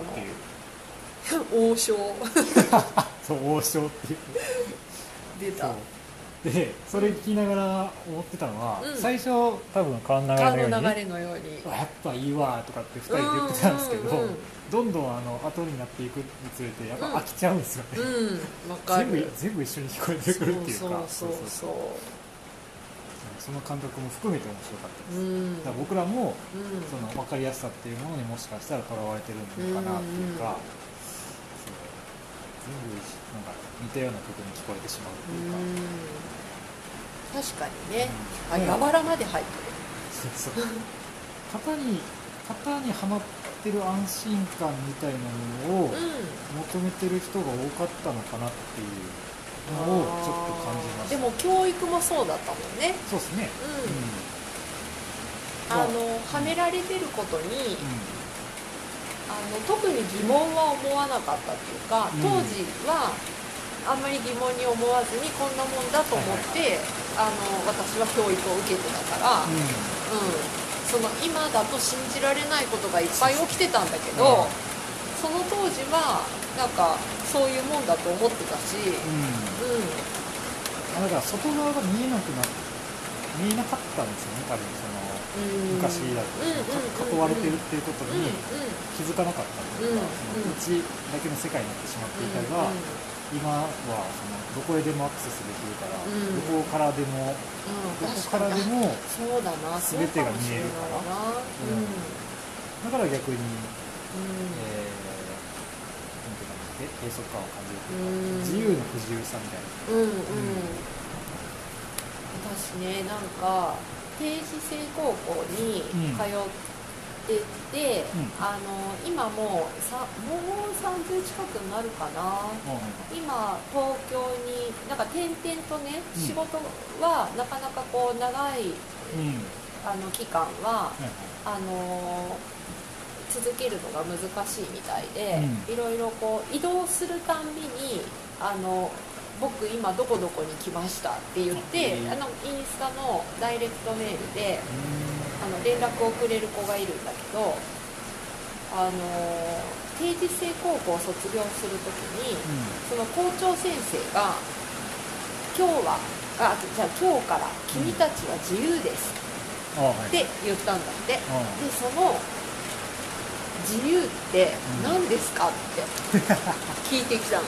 王将王将っていう出た。 でそれ聞きながら思ってたのは、最初多分川の流れのようにやっぱいいわとかって2人で言ってたんですけど、どんどん後になっていくにつれてやっぱ飽きちゃうんですよね。全部一緒に聞こえてくるっていうか、その感覚も含めて面白かったです。だから僕らもその分かりやすさっていうものにもしかしたらとらわれてるのかなっていうか、全部なんか似たような曲に聞こえてしまうっていうか、 確かにね、やばらまで入ってる。 型にはまってる安心感みたいなものを求めてる人が多かったのかなっていうのをちょっと感じました。 でも教育もそうだったもんね。 そうですね。 はめられてることに、特に疑問は思わなかったっていうか、当時はあんまり疑問に思わずにこんなもんだと思って、私は教育を受けてたから、その今だと信じられないことがいっぱい起きてたんだけど、その当時はなんかそういうもんだと思ってたし、 だから外側が見えなかったんですよね、多分その昔だと囲われてるっていうことに気づかなかったというか、うちだけの世界になってしまっていたが、今はそのどこへでもアクセスできるから、どこからでも全てが見えるから、だから逆に閉塞感を感じるというか、自由の不自由さみたいな。 私ね、なんか定時制高校に通ってて、今もう30近くになるかな、今東京になんか転々とね、仕事はなかなかこう長い、期間は、続けるのが難しいみたいで、いろいろこう移動するたんびに僕今どこどこに来ましたって言って、インスタのダイレクトメールで連絡をくれる子がいるんだけど、定時制高校を卒業するときに、その校長先生が今日はじゃあ今日から君たちは自由ですって言ったんだって、でその自由って何ですかって聞いてきたの、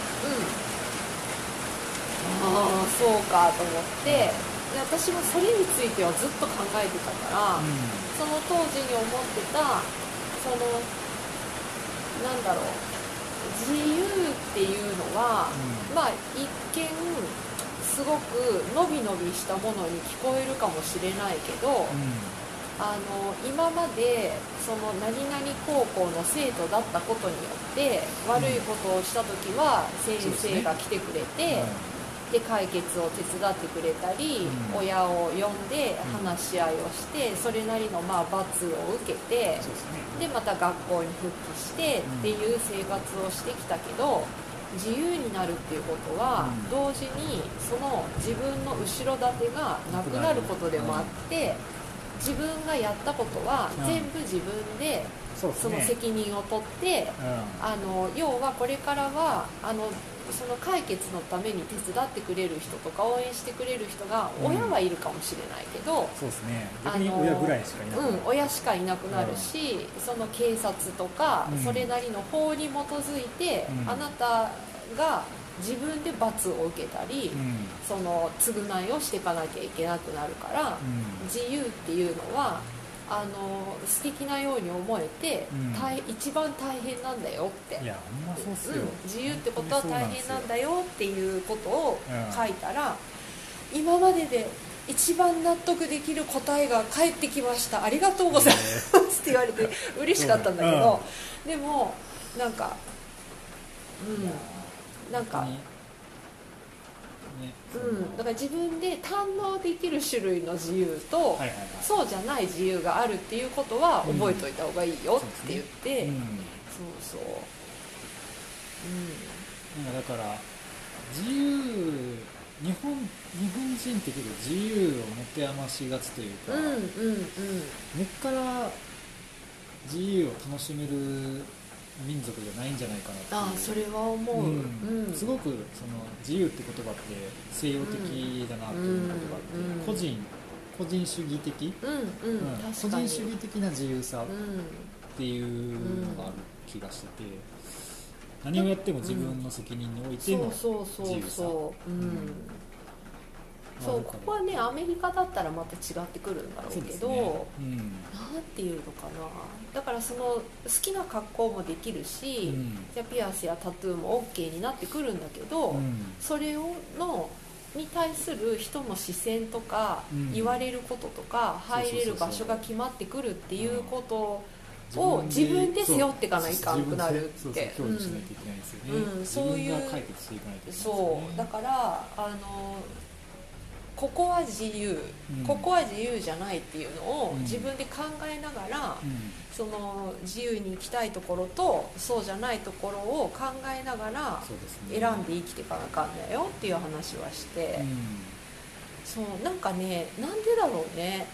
ああそうかと思って、で私もそれについてはずっと考えてたから、その当時に思ってたそのなんだろう、自由っていうのは、まあ一見すごくのびのびしたものに聞こえるかもしれないけど、今までその何々高校の生徒だったことによって悪いことをした時は先生が来てくれて、で解決を手伝ってくれたり、親を呼んで話し合いをして、それなりのまあ罰を受けて、でまた学校に復帰してっていう生活をしてきたけど、自由になるっていうことは同時にその自分の後ろ盾がなくなることでもあって、自分がやったことは全部自分でその責任を取って、要はこれからはその解決のために手伝ってくれる人とか応援してくれる人が親はいるかもしれないけど、 そうですね、逆に親ぐらいしかいなくなる、 親しかいなくなるし、その警察とかそれなりの法に基づいて、あなたが自分で罰を受けたり、その償いをしていかなきゃいけなくなるから、自由っていうのは素敵なように思えて、一番大変なんだよって。 いやほんまそうっすよ、 自由ってことは大変なんだよっていうことを書いたら、今までで一番納得できる答えが返ってきました、ありがとうございますって言われて嬉しかったんだけど、でもなんかなんかだから自分で堪能できる種類の自由と、そうじゃない自由があるっていうことは覚えておいた方がいいよって言って、そうそう、 だから自由、日本人って結構自由を持て余しがちというか、根っから自由を楽しめる民族じゃないんじゃないかなっていう。 それは思う、 すごくその自由って言葉って西洋的だなと思うことがあって、個人主義的、個人主義的な自由さっていうのがある気がしてて、何をやっても自分の責任においての自由さ、 そうここはねアメリカだったらまた違ってくるんだろうけど、なんていうのかな、だからその好きな格好もできるし、じゃあピアスやタトゥーも OK になってくるんだけど、それに対する人の視線とか、言われることとか入れる場所が決まってくるっていうことを自分で背負っていかないかんくなるって、そういう、そうだからここは自由、ここは自由じゃないっていうのを自分で考えながら、その自由に行きたいところとそうじゃないところを考えながら選んで生きていかなあかんだよっていう話はして、そうなんかね、なんでだろうね、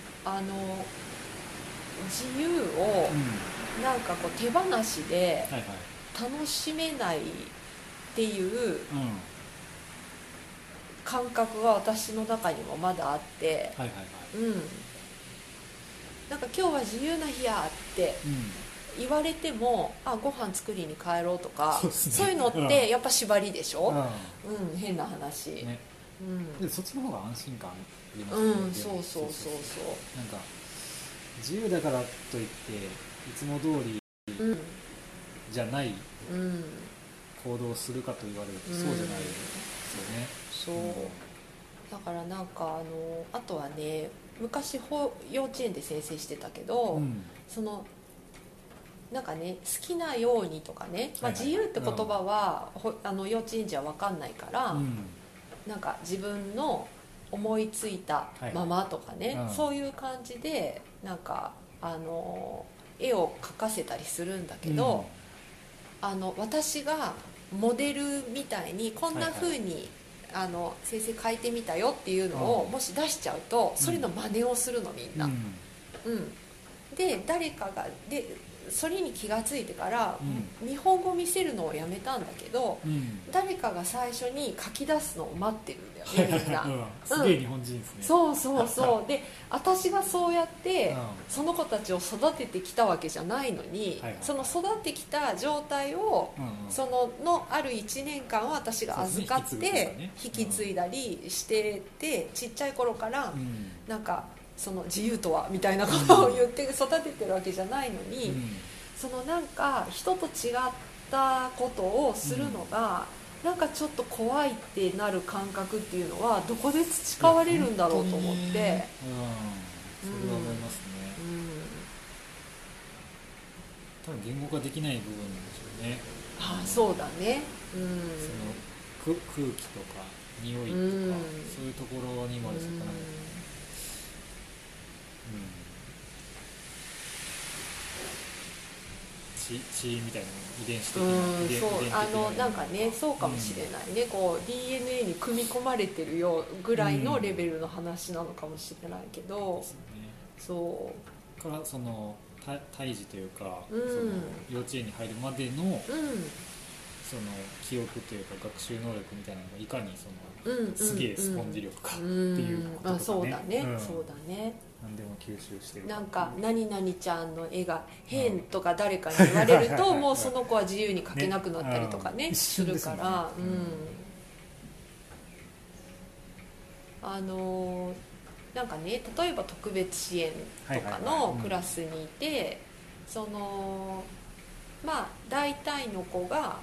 自由をなんかこう手放しで楽しめないっていう感覚が私の中にもまだあって、なんか今日は自由な日やって言われても、ご飯作りに帰ろうとか、そういうのってやっぱ縛りでしょ、変な話、 でそっちの方が安心感ありますよね。 そうなんか自由だからといっていつも通りじゃない行動をするかと言われるとそうじゃないですよね。 だからなんかあとはね、昔幼稚園で先生してたけど、そのなんかね、好きなようにとかね、自由って言葉は、幼稚園児は分かんないから、なんか自分の思いついたままとかね、そういう感じでなんか絵を描かせたりするんだけど、私がモデルみたいにこんな風に、先生描いてみたよっていうのをもし出しちゃうと、それの真似をするのみんな、で誰かがでそれに気がついてから、見本を見せるのをやめたんだけど、誰かが最初に書き出すのを待ってるんだよね、みんな。 すげえ日本人ですね。 そうそうそうで、私がそうやってその子たちを育ててきたわけじゃないのに、その育ってきた状態を、そのある1年間は私が預かって引き継いだりしてて、ちっちゃい頃からなんかその自由とはみたいなことを言って育ててるわけじゃないのに、そのなんか人と違ったことをするのが、なんかちょっと怖いってなる感覚っていうのはどこで培われるんだろうと思って、それは思いますね。多分言語化できない部分なんでしょうね。 そうだね。 その空気とか匂いとか、そういうところにまでそこまで。血みたいな遺伝子的な、 なんかね、そうかもしれないね、こう DNA に組み込まれてるよぐらいのレベルの話なのかもしれないけど、 そうからその胎児というか、その幼稚園に入るまでの、その記憶というか学習能力みたいなのがいかにその、すげえスポンジ力かっていうこととかね。 そうだね、そうだね。 何でも吸収してる。 なんか何々ちゃんの絵が変とか誰かに言われると、もうその子は自由に描けなくなったりとかね、するから、なんかね、例えば特別支援とかのクラスにいて、そのまあ大体の子が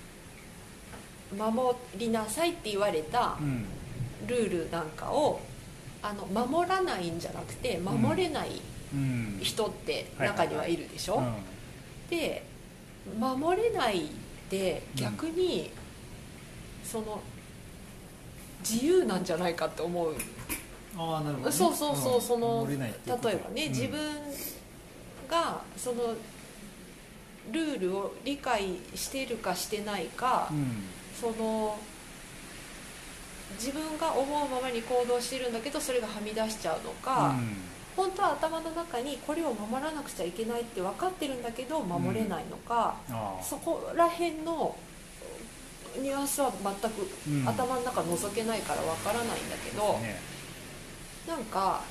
守りなさいって言われたルールなんかを守らないんじゃなくて守れない人って中にはいるでしょ。で守れないって逆にその自由なんじゃないかって思う。 なるほどね。 そうそうそう、その例えばね、自分がそのルールを理解しているかしてないか、その自分が思うままに行動してるんだけどそれがはみ出しちゃうのか、本当は頭の中にこれを守らなくちゃいけないって分かってるんだけど守れないのか、そこら辺のニュアンスは全く頭の中覗けないから分からないんだけど、なんか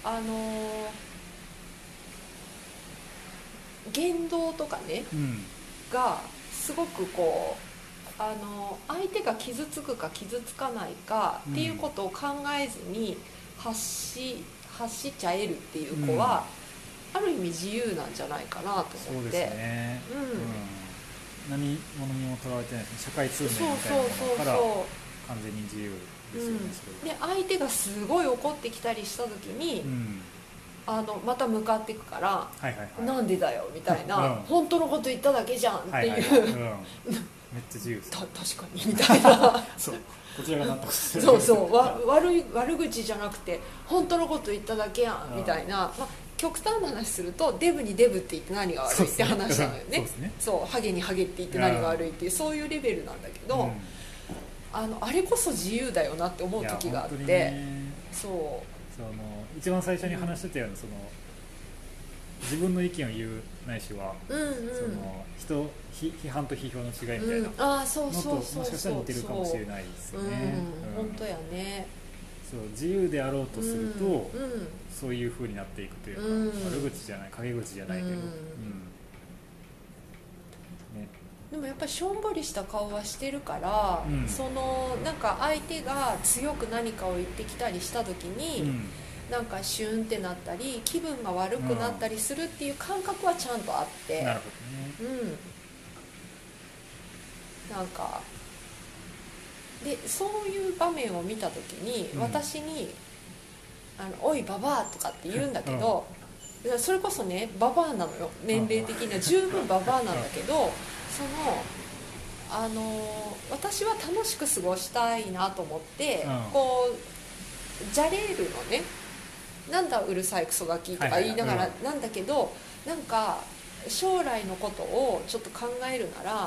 言動とかね、がすごくこう相手が傷つくか傷つかないかっていうことを考えずに発しちゃえるっていう子は、ある意味自由なんじゃないかなと思って。そうですね、 何者にもとらわれてない社会通念みたいなものから完全に自由ですよね。 で相手がすごい怒ってきたりした時に、また向かっていくから、なんでだよみたいな、本当のこと言っただけじゃんっていう、 めっちゃ自由です、 確かにみたいなそうこちらが納得してる。 そうそう悪口じゃなくて本当のこと言っただけやんみたいな、極端な話するとデブにデブって言って何が悪いって話なのよね。そうハゲにハゲって言って何が悪いっていう、そういうレベルなんだけど、あれこそ自由だよなって思う時があって、 一番最初に話してたようなその自分の意見を言うないしは、その批判と批評の違いみたいなのともしかしたら似てるかもしれないですよね。 本当やね。 そう自由であろうとすると、そういう風になっていくというか、悪口じゃない陰口じゃないけど、 でもやっぱりしょんぼりした顔はしてるから、そのなんか相手が強く何かを言ってきたりした時に、なんかシュンってなったり気分が悪くなったりするっていう感覚はちゃんとあって、 なるほどね。 なんかでそういう場面を見た時に、私においババアとかって言うんだけど、それこそねババアなのよ、年齢的には十分ババアなんだけど、私は楽しく過ごしたいなと思って、こうじゃれるのね、なんだうるさいクソガキとか言いながらなんだけど、なんか将来のことをちょっと考えるなら、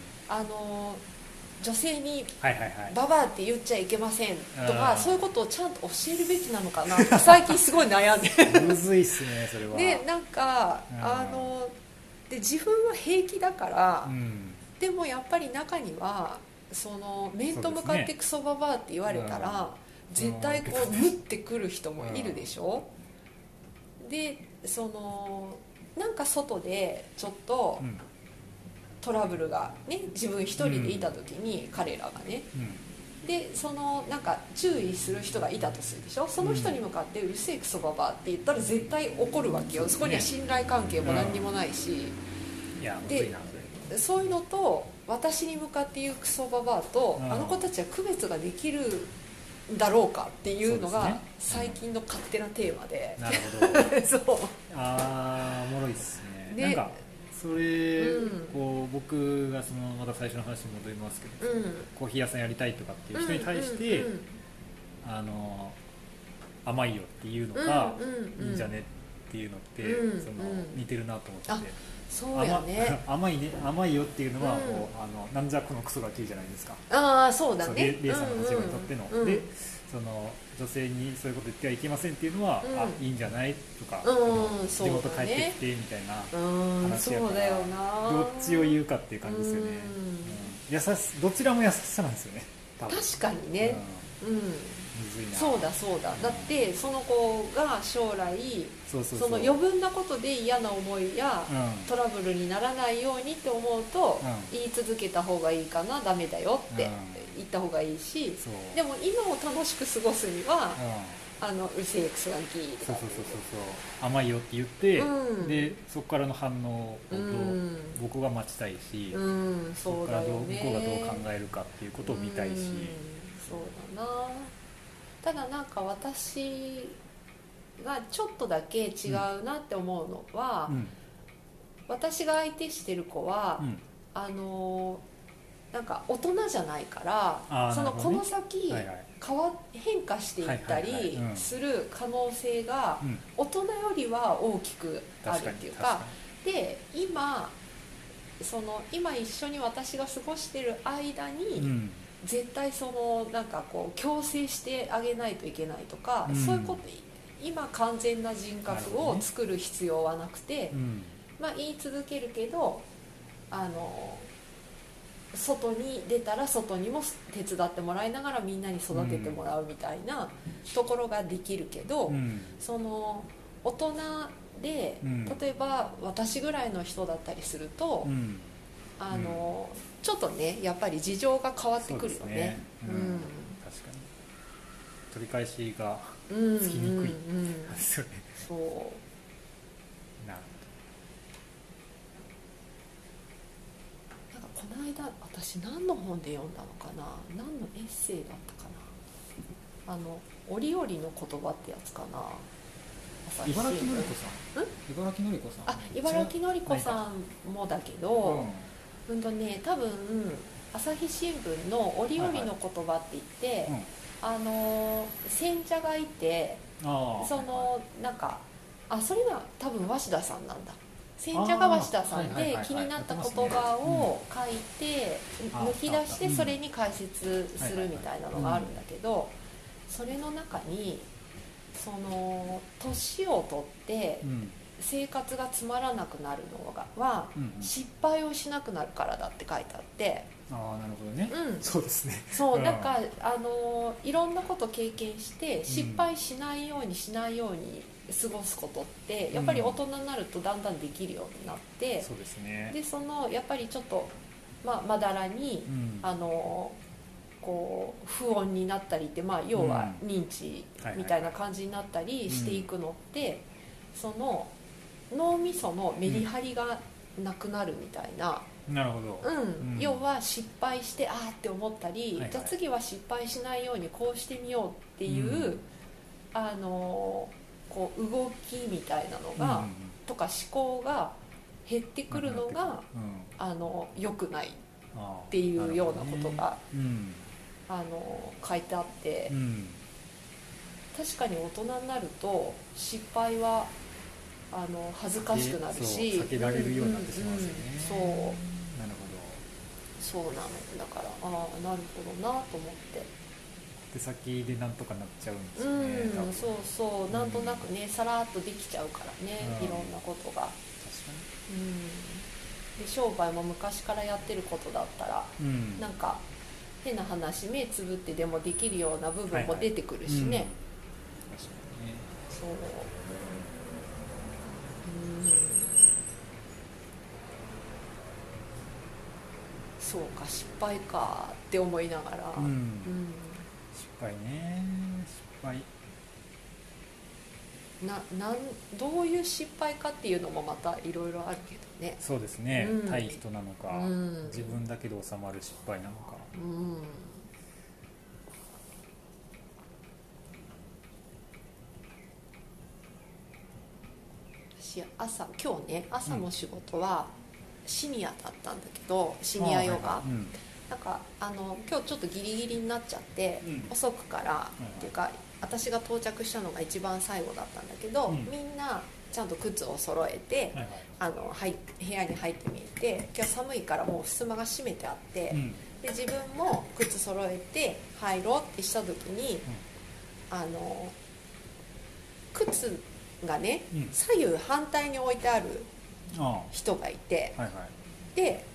女性にババアって言っちゃいけませんとか、そういうことをちゃんと教えるべきなのかなって最近すごい悩んでむずいっすねそれは。 でなんかで自分は平気だから、 うん、 でもやっぱり中にはその面と向かってクソババアって言われたら、絶対こうムってくる人もいるでしょ、でそのなんか外でちょっとトラブルがね自分一人でいた時に、彼らがね、でそのなんか注意する人がいたとするでしょ、その人に向かってうるせえクソババアって言ったら絶対怒るわけよ。そこには信頼関係も何にもないし、でそういうのと私に向かって言うクソババアとあの子たちは区別ができるだろうかっていうのが最近の勝手なテーマで。 なるほどそうおもろいっすね。なんかそれ、こう僕がそのまた最初の話に戻りますけど、コーヒー屋さんやりたいとかっていう人に対して、甘いよっていうのがいいんじゃねっていうのって、その似てるなと思って。 そうやね、 甘いよっていうのは、なんじゃこのクソガキじゃないですか。 ああそうだね、 レイさんの立場にとっての、でその女性にそういうこと言ってはいけませんっていうのは、いいんじゃないとか、仕事帰ってきてみたいな話やから、どっちを言うかっていう感じですよね。どちらも優しさなんですよね。 確かにね、そうだだってその子が将来その余分なことで嫌な思いやトラブルにならないようにって思うと、言い続けた方がいいかな、ダメだよって言った方がいいし、でも今を楽しく過ごすには、うるせえクソガキとか甘いよって言って、でそこからの反応を僕は待ちたいし、そこから向こうがどう考えるかっていうことを見たいし、 そうだな。ただなんか私がちょっとだけ違うなって思うのは、私が相手してる子は、なんか大人じゃないから、そのこの先変化していったりする可能性が大人よりは大きくあるっていうか、で今一緒に私が過ごしてる間に、絶対そのなんかこう強制してあげないといけないとか、そういうこと今完全な人格を作る必要はなくて、言い続けるけど外に出たら外にも手伝ってもらいながらみんなに育ててもらうみたいなところができるけど、その大人で例えば私ぐらいの人だったりすると、ちょっとねやっぱり事情が変わってくるよね。 確かに取り返しがつきにくいですよね。 そうなんかこの間私何の本で読んだのかな、何のエッセイだったかな、折々の言葉ってやつかな。 茨城のり子さん、茨城のり子さん、 茨城のり子さんもだけど、多分朝日新聞の折々の言葉って言って、選者がいて、そのなんかそれが多分鷲田さんなんだ。選者が鷲田さんで気になった言葉を書いて抜き出してそれに解説するみたいなのがあるんだけど、それの中にその年を取って生活がつまらなくなるのは失敗をしなくなるからだって書いてあって、 なるほどね、そうですね。 そうなんかいろんなこと経験して失敗しないように過ごすことってやっぱり大人になるとだんだんできるようになって、 そうですね。 でそのやっぱりちょっとまだらに、こう不穏になったりって、要は認知みたいな感じになったりしていくのって、その脳みそのメリハリがなくなるみたいな。 なるほど、 要は失敗してって思ったり、じゃあ次は失敗しないようにこうしてみようっていう、こう動きみたいなのが、とか思考が減ってくるのが、良くないっていうようなことが、書いてあって、確かに大人になると失敗は恥ずかしくなるし避けられるようになってしまうんですよね。 そうなるほど。 そうなのだからなるほどなと思って手先でなんとかなっちゃうんですよね。 そうなんとなくねさらっとできちゃうからね、いろんなことが。 確かにで商売も昔からやってることだったら、なんか変な話目つぶってでもできるような部分も出てくるしね、 確かにね。 そう、そうか失敗かって思いながら、 失敗ね、失敗どういう失敗かっていうのもまたいろいろあるけどね。 そうですね、対人なのか、自分だけで収まる失敗なのか、 私今日ね朝の仕事はシニアだったんだけど、シニアヨガ、なんか今日ちょっとギリギリになっちゃって、遅くから、っていうか私が到着したのが一番最後だったんだけど、みんなちゃんと靴を揃えて、部屋に入ってみて、今日寒いからもう襖が閉めてあって、で自分も靴揃えて入ろうってした時に、靴がね、左右反対に置いてある人がいて、で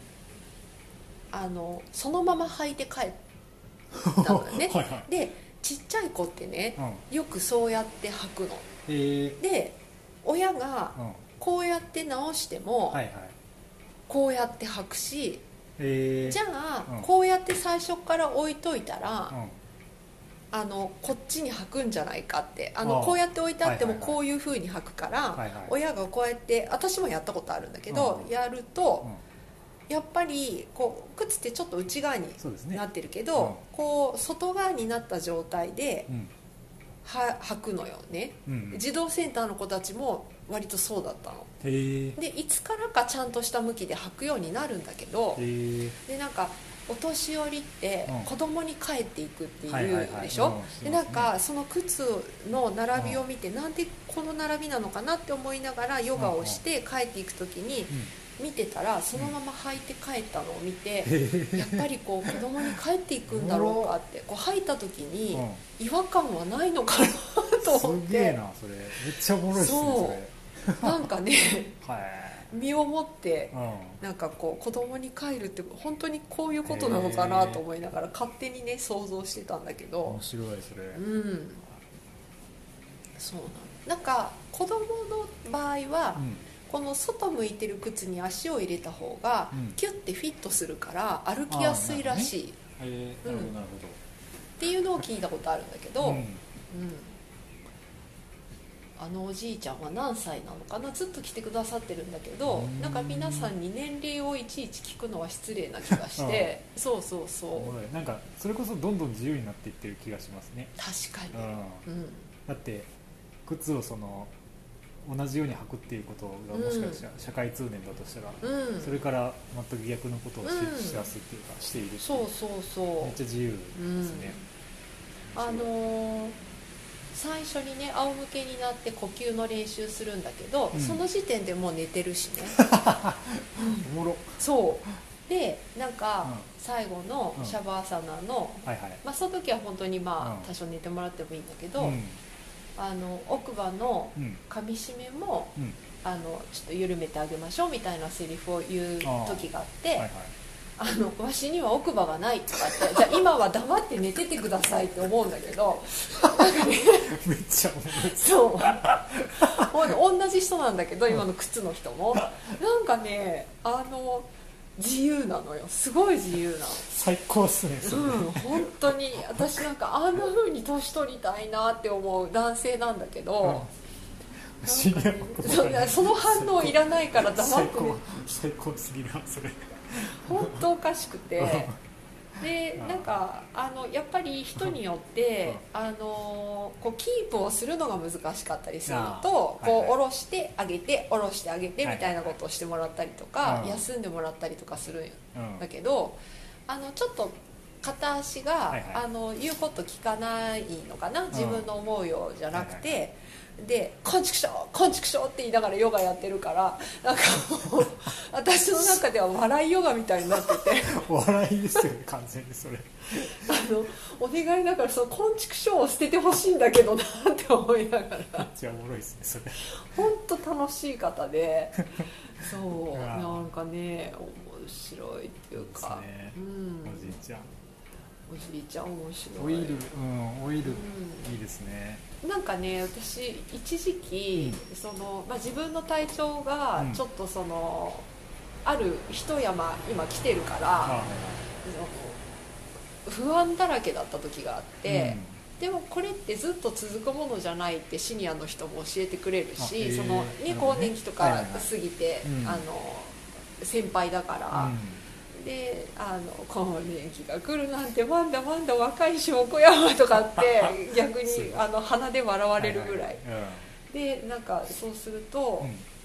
そのまま履いて帰ったのねでちっちゃい子ってね、よくそうやって履くので、親がこうやって直してもこうやって履くし、じゃあこうやって最初から置いといたら、こっちに履くんじゃないかって、こうやって置いてあってもこういう風に履くから、親がこうやって、私もやったことあるんだけど、やるとやっぱりこう靴ってちょっと内側になってるけど、こう外側になった状態で履くのよね、児童センターの子たちも割とそうだったので、いつからかちゃんとした向きで履くようになるんだけど、でなんかお年寄りって子供に帰っていくっていうでしょ。でなんかその靴の並びを見て、なんでこの並びなのかなって思いながらヨガをして帰っていく時に見てたら、そのまま履いて帰ったのを見て、やっぱりこう子供に帰っていくんだろうかって、こう履いた時に違和感はないのかなと思って。 すげえなそれ、めっちゃおもろいですねそうなんかね身をもって、なんかこう子供に帰るって本当にこういうことなのかなと思いながら勝手にね想像してたんだけど、 面白いそれ。 そうなんか子供の場合は、この外向いてる靴に足を入れた方がキュッてフィットするから歩きやすいらしい、 なるほどなるほどっていうのを聞いたことあるんだけど、おじいちゃんは何歳なのかな、ずっと来てくださってるんだけど、なんか皆さんに年齢をいちいち聞くのは失礼な気がしてそうそうそう、 なんかそれこそどんどん自由になっていってる気がしますね。 確かに、 だって靴を同じように履くっていうことがもしかしたら社会通念だとしたら、それから全く逆のことをしやすっていうかしている、 そうそうそう、 めっちゃ自由ですね。 最初にね仰向けになって呼吸の練習するんだけど、その時点でもう寝てるしねおもろ。 そうでなんか、最後のシャバーサナの、その時は本当に多少寝てもらってもいいんだけど、奥歯の噛み締めも、ちょっと緩めてあげましょうみたいなセリフを言う時があって、わしには奥歯がないとかって、じゃあ今は黙って寝ててくださいって思うんだけどめっちゃ面白い。 そう同じ人なんだけど、今の靴の人もなんかね自由なのよ、すごい自由なの。 最高っすねそれ、 本当に私なんかあんな風に年取りたいなって思う男性なんだけど、その反応いらないから黙って最高すぎるなそれ本当おかしくてでなんかやっぱり人によってこうキープをするのが難しかったりすると、こう下ろしてあげて下ろしてあげてみたいなことをしてもらったりとか、休んでもらったりとかするんだけど、ちょっと片足が、 はいはい、 言うこと聞かないのかな、自分の思うようじゃなくて、はいはいはい、で「こんちくしょうこんちくしょう」って言いながらヨガやってるから、なんかもう私の中では笑いヨガみたいになってて笑いですよね完全にそれお願いだからそのこんちくしょうを捨ててほしいんだけどなって思いながらめっちゃおもろいですねそれ本当楽しい方でそうなんかね面白いっていうか、 いいですね、 うん、 おじいちゃん面白い。 オイル、オイル、いいですね。 なんかね、私一時期、自分の体調がちょっとある一山今来てるから、不安だらけだった時があって、でもこれってずっと続くものじゃないってシニアの人も教えてくれるし、更年期とか過ぎて、先輩だから。で更年期が来るなんてまだまだ若いしもこやまとかって逆に鼻で笑われるぐらい、でなんかそうすると、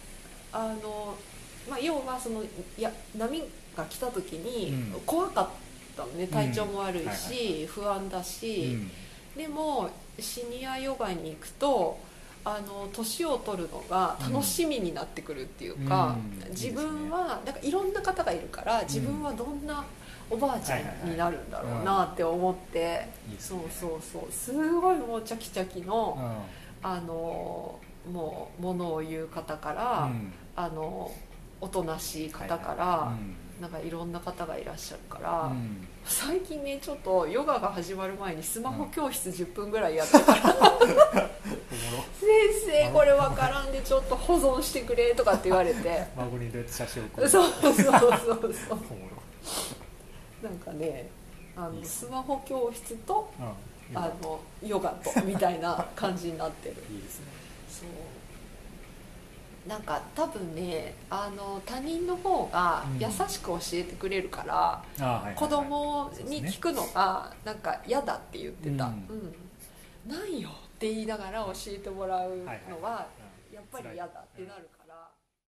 要は波が来た時に怖かったのね、体調も悪いし、不安だし、でもシニアヨガに行くと年を取るのが楽しみになってくるっていうか、自分はだからいろんな方がいるから自分はどんなおばあちゃんになるんだろうなって思って、そうすごいもうチャキチャキの、もうものを言う方から、おとなしい方から、なんかいろんな方がいらっしゃるから、最近ねちょっとヨガが始まる前にスマホ教室10分ぐらいやってから先生これ分からんでちょっと保存してくれとかって言われて孫にどうやって写真を送るそうなんかねスマホ教室とヨガとみたいな感じになってるいいですね。 そうなんか多分ね他人の方が優しく教えてくれるから、子供に聞くのがなんか嫌だって言ってた、なんよって言いながら教えてもらうのはやっぱり嫌だってなるから。